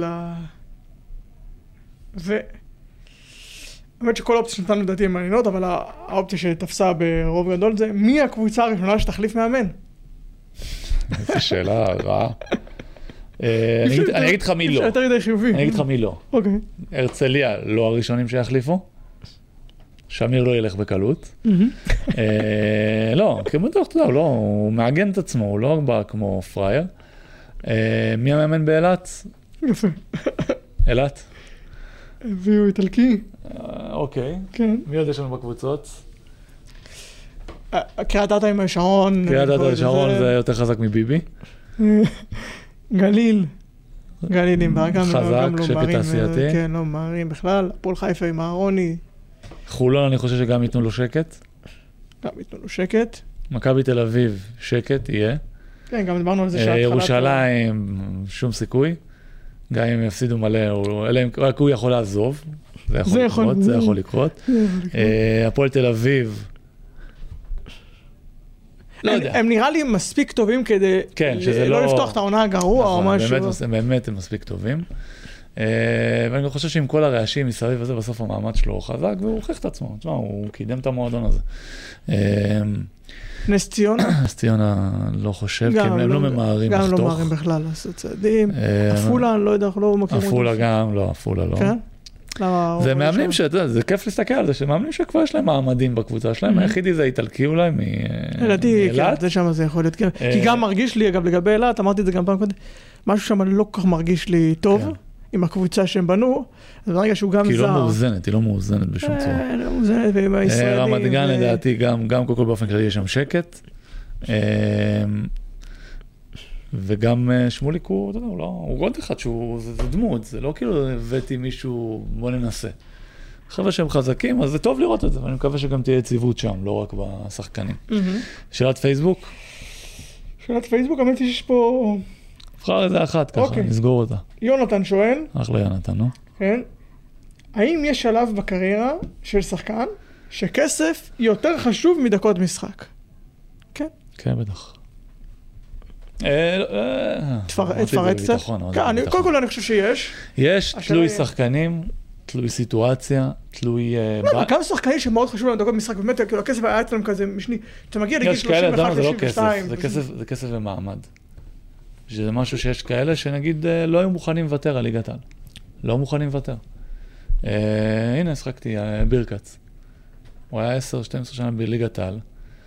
ו... האמת שכל האופציה שנתנו לדעתי הן מעניינות, אבל האופציה שתפסה ברוב גדול זה, מי הקבוצה הראשונה שתחליף מאמן? איזו שאלה רעה. אני אגיד לך מי לא. יותר ידי חיובי. אני אגיד לך מי לא. אוקיי. הרצליה לא הראשונים שיחליפו. שמיר לא ילך בקלות. לא, כי בטוח, אתה יודע, הוא מעגן את עצמו, הוא לא בא כמו פרייר. מי המאמן באילת? יפה. אילת? הביאו איטלקי. אוקיי. כן. מי עוד יש לנו בקבוצות? קריית אתא עם השעון. קריית אתא עם השעון זה יותר חזק מביבי. גליל. גליל עם גם חזק, שקט תעשייתי. כן, לא מהרים בכלל. הפועל חיפה עם אהרוני. חולון אני חושב שגם ייתנו לו שקט. גם ייתנו לו שקט. מכבי תל אביב, שקט יהיה. כן, גם דיברנו על זה שההתחלה... ירושלים, שום סיכוי. גם אם יפסידו מלא, אלא אם רק הוא יכול לעזוב. זה יכול לקרות, זה יכול לקרות. הפועל תל אביב, לא יודע. הם נראה לי מספיק טובים כדי לא לפתוח את העונה הגרוע או משהו. באמת הם מספיק טובים. ואני חושב שעם כל הרעשים מסביב הזה, בסוף המאמץ שלו חזק, והוא הוכיח את עצמו. תשמע, הוא קידם את המועדון הזה. נס ציונה? נס ציונה לא חושב, כי הם לא ממהרים לחתוך. גם לא ממהרים בכלל לעשות צעדים. אפולה, אני לא יודע, אנחנו לא מכירים. אפולה גם, לא, אפולה לא. זה מאמנים שאתה, זה כיף להסתכל על זה, שמאמנים שכבר יש להם מעמדים בקבוצה שלהם, היחידי זה איטלקי אולי מאילת. כן, זה שם זה יכול להיות, כי גם מרגיש לי, אגב, לגבי אילת, אמרתי את זה גם פעם קודם, משהו שם לא כל כך מרגיש לי טוב, עם הקבוצה שהם בנו, אז ברגע שהוא גם זר. כי היא לא מאוזנת, היא לא מאוזנת בשום צורה. היא לא מאוזנת, ועם הישראלים. רמת גן לדעתי, גם כל כל באופן כללי יש שם שקט. וגם שמוליק הוא, אתה יודע, הוא עוד אחד שהוא, זה דמות, זה לא כאילו הבאתי מישהו, בוא ננסה. חבר'ה שהם חזקים, אז זה טוב לראות את זה, ואני מקווה שגם תהיה יציבות שם, לא רק בשחקנים. שאלת פייסבוק? שאלת פייסבוק, אמרתי שיש פה... נבחר איזה אחת ככה, נסגור אותה. יונתן שואל. אחלה יונתן, נו. כן. האם יש שלב בקריירה של שחקן שכסף יותר חשוב מדקות משחק? כן. כן, בטח. תפרט קצת. קודם כל אני חושב שיש. יש, תלוי שחקנים, תלוי סיטואציה, תלוי... כמה שחקנים שמאוד חשוב לנו דקות משחק, באמת, כאילו הכסף היה אצלם כזה משני, אתה מגיע לגיל שלושים ואחת שלושים ושתיים. זה כסף ומעמד. שזה משהו שיש כאלה שנגיד לא היו מוכנים לוותר על ליגת העל. לא מוכנים לוותר. הנה, שחקתי, בירקץ. הוא היה עשר שתים עשרה שנה בליגת העל.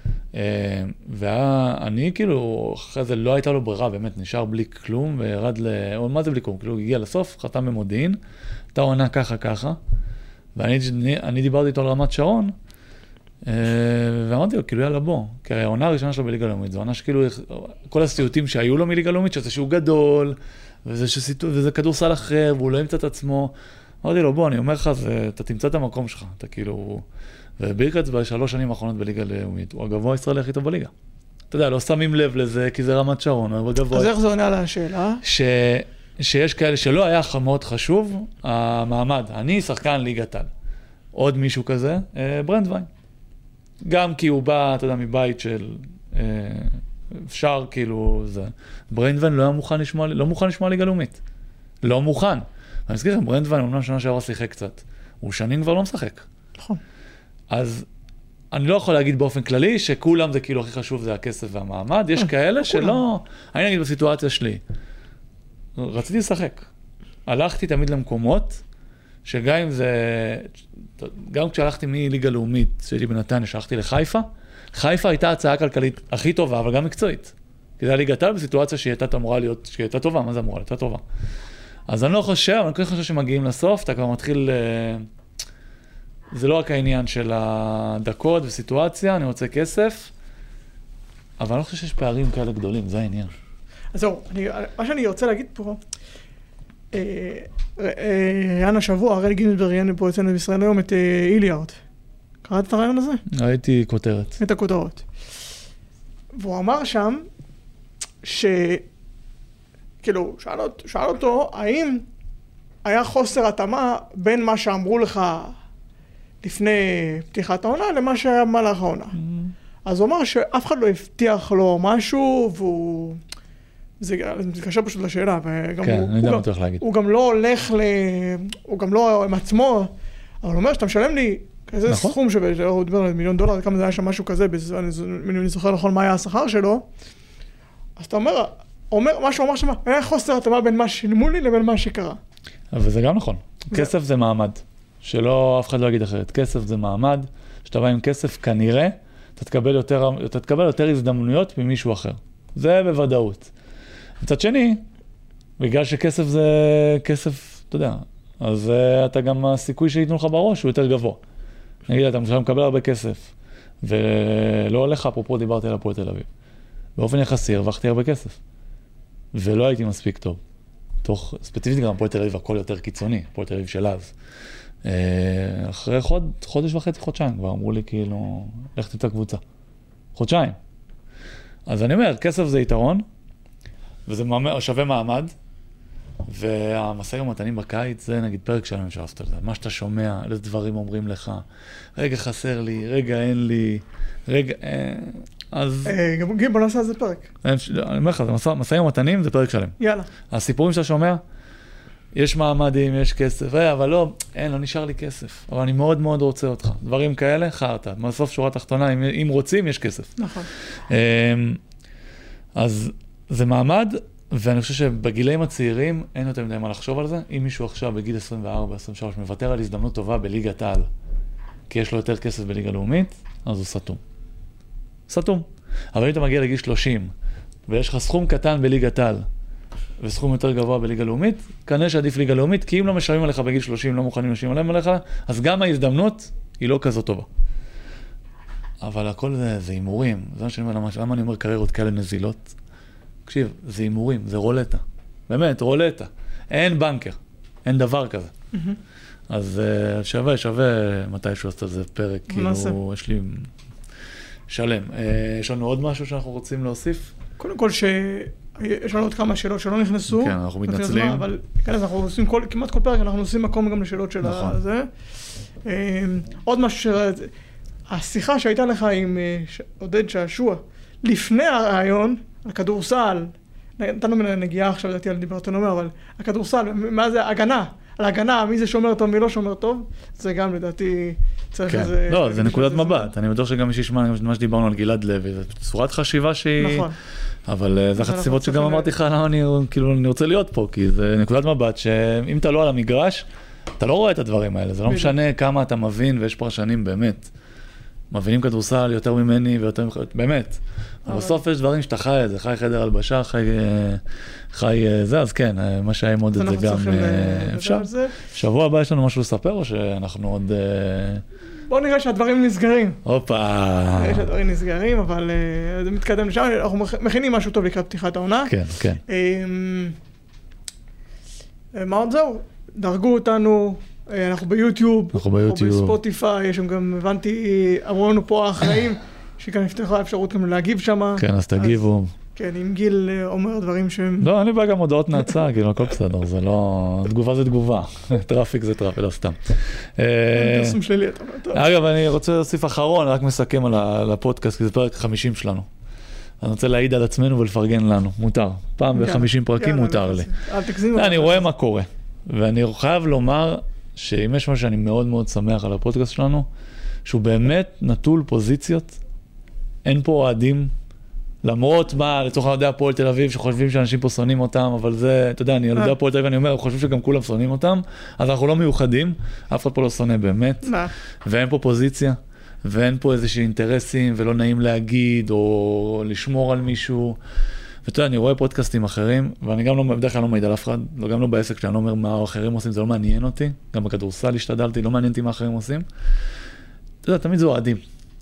ואני כאילו, אחרי זה לא הייתה לו ברירה, באמת נשאר בלי כלום, וירד ל... או מה זה בלי כלום? כאילו הוא הגיע לסוף, חתם במודיעין, הייתה עונה ככה ככה, ואני דיברתי איתו על רמת שרון, ואמרתי לו, כאילו יאללה בוא, כי הרי העונה הראשונה שלו בליגה לאומית, זו עונה שכאילו, כל הסיוטים שהיו לו מליגה לאומית, שזה שהוא גדול, וזה, שסיטו... וזה כדורסל אחר, והוא לא ימצא את עצמו, אמרתי לו, בוא, אני אומר לך, זה... אתה תמצא את המקום שלך, אתה כאילו... ובירקץ בשלוש שנים האחרונות בליגה לאומית, הוא הגבוה הישראלי הכי טוב בליגה. אתה יודע, לא שמים לב לזה, כי זה רמת שרון, הוא הגבוה... אז איך זה עונה על השאלה? ש... שיש כאלה שלא היה מאוד חשוב, המעמד, אני שחקן ליגת העל. עוד מישהו כזה, ברנדווין. גם כי הוא בא, אתה יודע, מבית של... אפשר כאילו זה. ברנדווין לא היה מוכן לשמוע, לא מוכן לשמוע ליגה לאומית. לא מוכן. אני מזכיר לכם, ברנדווין, אמנם שנה שעברה שיחק קצת. הוא שנים כבר לא משחק. נכון. אז אני לא יכול להגיד באופן כללי שכולם זה כאילו הכי חשוב זה הכסף והמעמד. יש כאלה שלא... אני נגיד בסיטואציה שלי. רציתי לשחק. הלכתי תמיד למקומות שגם אם זה... גם כשהלכתי מליגה לאומית, שהייתי בנתניה, שהלכתי לחיפה, חיפה הייתה הצעה כלכלית הכי טובה, אבל גם מקצועית. כי זה היה ליגת העל בסיטואציה שהיא הייתה אמורה להיות, שהיא הייתה טובה. מה זה אמורה? הייתה טובה. אז אני לא חושב, אני חושב שמגיעים לסוף, אתה כבר מתחיל... זה לא רק העניין של הדקות וסיטואציה, אני רוצה כסף, אבל אני לא חושב שיש פערים כאלה גדולים, זה העניין. אז זהו, אני, מה שאני רוצה להגיד פה, היה השבוע, הראל גינזברג ראיין פה אצלנו בישראל היום את איליארד. קראת את הרעיון הזה? ראיתי כותרת. את הכותרות. והוא אמר שם, ש... כאילו, שאל, שאל אותו, האם היה חוסר התאמה בין מה שאמרו לך לפני פתיחת העונה למה שהיה במהלך העונה. Mm-hmm. אז הוא אמר שאף אחד לא הבטיח לו משהו, והוא... זה מתקשר פשוט לשאלה, וגם כן, הוא... אני יודע הוא מה אתה הולך להגיד. הוא גם לא הולך ל... הוא גם לא עם עצמו, אבל הוא אומר שאתה משלם לי כזה נכון? סכום שווה, הוא דיבר על מיליון דולר, כמה זה היה שם משהו כזה, אני זוכר נכון מה היה השכר שלו, אז אתה אומר, אומר מה שהוא אמר שם, היה חוסר התאמה בין מה שילמו לי לבין מה שקרה. אבל זה גם נכון. כסף זה מעמד. שלא, אף אחד לא יגיד אחרת. כסף זה מעמד, שאתה בא עם כסף כנראה, אתה תקבל יותר, אתה תקבל יותר הזדמנויות ממישהו אחר. זה בוודאות. מצד שני, בגלל שכסף זה כסף, אתה יודע, אז uh, אתה גם הסיכוי שייתנו לך בראש הוא יותר גבוה. נגיד, אתה מקבל הרבה כסף, ולא הולך, אפרופו דיברתי על הפועל תל אביב. באופן יחסי, הרווחתי הרבה כסף. ולא הייתי מספיק טוב. תוך, ספציפית גם הפועל תל אביב הכל יותר קיצוני, הפועל תל אביב של אז. אחרי חוד, חודש וחצי, חודשיים, כבר אמרו לי כאילו, לכת את הקבוצה. חודשיים. אז אני אומר, כסף זה יתרון, וזה שווה מעמד, והמסעים המתנים בקיץ, זה נגיד פרק שלנו שאפת על זה. מה שאתה שומע, איזה דברים אומרים לך, רגע חסר לי, רגע אין לי, רגע... אז... גם גיל, בוא נעשה על זה פרק. אני אומר לך, מסעים המתנים זה פרק שלם. יאללה. הסיפורים שאתה שומע, יש מעמדים, יש כסף, אבל לא, אין, לא נשאר לי כסף. אבל אני מאוד מאוד רוצה אותך. דברים כאלה, חרטה. בסוף שורה תחתונה, אם רוצים, יש כסף. נכון. אז זה מעמד, ואני חושב שבגילאים הצעירים אין יותר מדי מה לחשוב על זה. אם מישהו עכשיו בגיל עשרים וארבע עשרים ושלוש מוותר על הזדמנות טובה בליגת העל, כי יש לו יותר כסף בליגה לאומית, אז הוא סתום. סתום. אבל אם אתה מגיע לגיל שלושים, ויש לך סכום קטן בליגת העל, וסכום יותר גבוה בליגה לאומית, כנראה שעדיף ליגה לאומית, כי אם לא משלמים עליך בגיל שלושים, לא מוכנים לשלם עליהם עליך, אז גם ההזדמנות היא לא כזאת טובה. אבל הכל זה, זה אימורים. זה מה שאני אומר, למה אני אומר קריירות כאלה נזילות? תקשיב, זה אימורים, זה רולטה. באמת, רולטה. אין בנקר, אין דבר כזה. אז uh, שווה, שווה מתישהו עשת איזה פרק, כאילו, יש לי שלם. Uh, יש לנו עוד משהו שאנחנו רוצים להוסיף? קודם כל שיש לנו עוד כמה שאלות שלא נכנסו. כן, אנחנו מתנצלים. מה, אבל כן, אז אנחנו עושים כל, כמעט כל פרק, אנחנו עושים מקום גם לשאלות של נכון. הזה. Uh, עוד משהו, השיחה שהייתה לך עם uh, עודד שעשוע, לפני הרעיון, הכדורסל, נתנו מן הנגיעה עכשיו, לדעתי על דיברטונומיה, אבל הכדורסל, מה זה הגנה? על הגנה, מי זה שומר טוב, מי לא שומר טוב, זה גם לדעתי צריך כן. איזה... לא, זה נקודת מבט. אני בטוח שגם מי שישמע מה שדיברנו על גלעד לוי, זו צורת חשיבה שהיא... נכון. אבל זה אחת הסיבות שגם אמרתי לך, למה אני, כאילו, אני רוצה להיות פה, כי זה נקודת מבט שאם אתה לא על המגרש, אתה לא רואה את הדברים האלה. זה לא משנה כמה אתה מבין, ויש פרשנים באמת. מבינים כדורסל יותר ממני ויותר ממך, באמת. אבל בסוף יש דברים שאתה חי את זה, חי חדר הלבשה, חי, חי זה, אז כן, מה שהיה עם עוד את זה גם אפשר. שבוע הבא יש לנו משהו לספר, או שאנחנו עוד... בואו נראה שהדברים נסגרים. הופה. נראה שהדברים נסגרים, אבל זה מתקדם לשם, אנחנו מכינים משהו טוב לקראת פתיחת העונה. כן, כן. מה עוד זהו? דרגו אותנו, אנחנו ביוטיוב, אנחנו ביוטיוב. אנחנו בספוטיפיי, יש שם גם, הבנתי, אמרו לנו פה האחראים, שכאן נפתחה האפשרות גם להגיב שם. כן, אז תגיבו. כן, אם גיל אומר דברים שהם... לא, אני בא גם הודעות נעצה, כאילו, הכל בסדר, זה לא... תגובה זה תגובה, טראפיק זה טראפיק, לא סתם. פרסום שלילי, אתה אומר. אגב, אני רוצה להוסיף אחרון, רק מסכם על הפודקאסט, כי זה פרק חמישים שלנו. אני רוצה להעיד על עצמנו ולפרגן לנו, מותר. פעם ב-חמישים פרקים מותר לי. אל תגזים. אני רואה מה קורה, ואני חייב לומר שאם יש משהו שאני מאוד מאוד שמח על הפודקאסט שלנו, שהוא באמת נטול פוזיציות, אין פה אוהדים, למרות מה, לצורך אני יודע הפועל תל אביב, שחושבים שאנשים פה שונאים אותם, אבל זה, אתה יודע, אני יודע הפועל תל אביב, אני אומר, חושבים שגם כולם שונאים אותם, אז אנחנו לא מיוחדים, אף אחד פה לא שונא באמת, ואין פה פוזיציה, ואין פה איזושהי אינטרסים, ולא נעים להגיד, או לשמור על מישהו, ואתה יודע, אני רואה פודקאסטים אחרים, ואני גם לא, בדרך כלל לא מעיד על אף אחד, גם לא בעסק שאני לא אומר מה האחרים עושים, זה לא מעניין אותי, גם בכדורסל השתדלתי, לא מעניין אותי מה האחרים עושים. אתה יודע, תמיד זה אוהדים.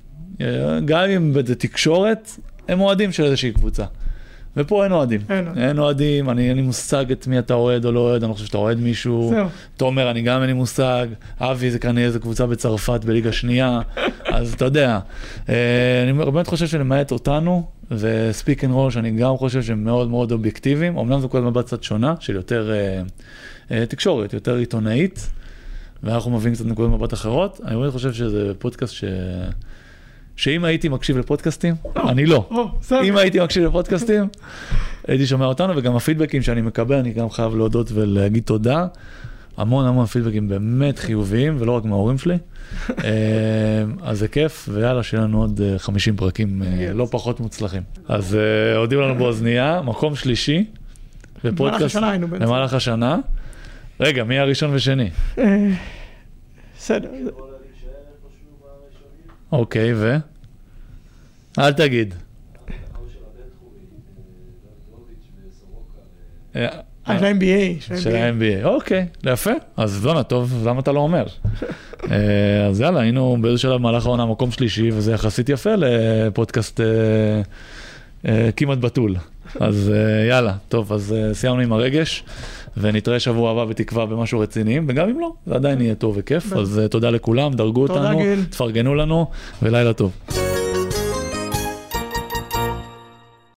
גם אם זה תקשורת, הם אוהדים של איזושהי קבוצה. ופה אין אוהדים. אין אוהדים, אני אין לי מושג את מי אתה אוהד או לא אוהד, אני חושב שאתה אוהד מישהו. תומר, אני גם אין לי מושג. אבי, זה כנראה איזו קבוצה בצרפת בליגה שנייה. אז אתה יודע, אני באמת חושב שלמעט אותנו, וספיק אנד רול, שאני גם חושב שהם מאוד מאוד אובייקטיביים, אמנם זו כל מבט קצת שונה, של יותר תקשורת, יותר עיתונאית, ואנחנו מביאים קצת נקודות מבט אחרות. אני באמת חושב שזה פודקאסט ש... שאם הייתי מקשיב לפודקאסטים, אני לא. אם הייתי מקשיב לפודקאסטים, הייתי שומע אותנו, וגם הפידבקים שאני מקבל, אני גם חייב להודות ולהגיד תודה. המון המון פידבקים באמת חיוביים, ולא רק מההורים שלי. אז זה כיף, ויאללה, שיהיה לנו עוד חמישים פרקים לא פחות מוצלחים. אז הודיעו לנו באוזנייה, מקום שלישי, במהלך השנה היינו בעצם. במהלך השנה. רגע, מי הראשון ושני? בסדר. אוקיי, ו? אל תגיד. של ה-אם בי איי. של ה-אם בי איי, אוקיי, יפה. אז זונה, טוב, למה אתה לא אומר? אז יאללה, היינו באיזה שלב מהלך העונה מקום שלישי, וזה יחסית יפה לפודקאסט כמעט בטול. אז יאללה, טוב, אז סיימנו עם הרגש, ונתראה שבוע הבא בתקווה במשהו רציניים, וגם אם לא, זה עדיין יהיה טוב וכיף. אז תודה לכולם, דרגו אותנו, תפרגנו לנו, ולילה טוב.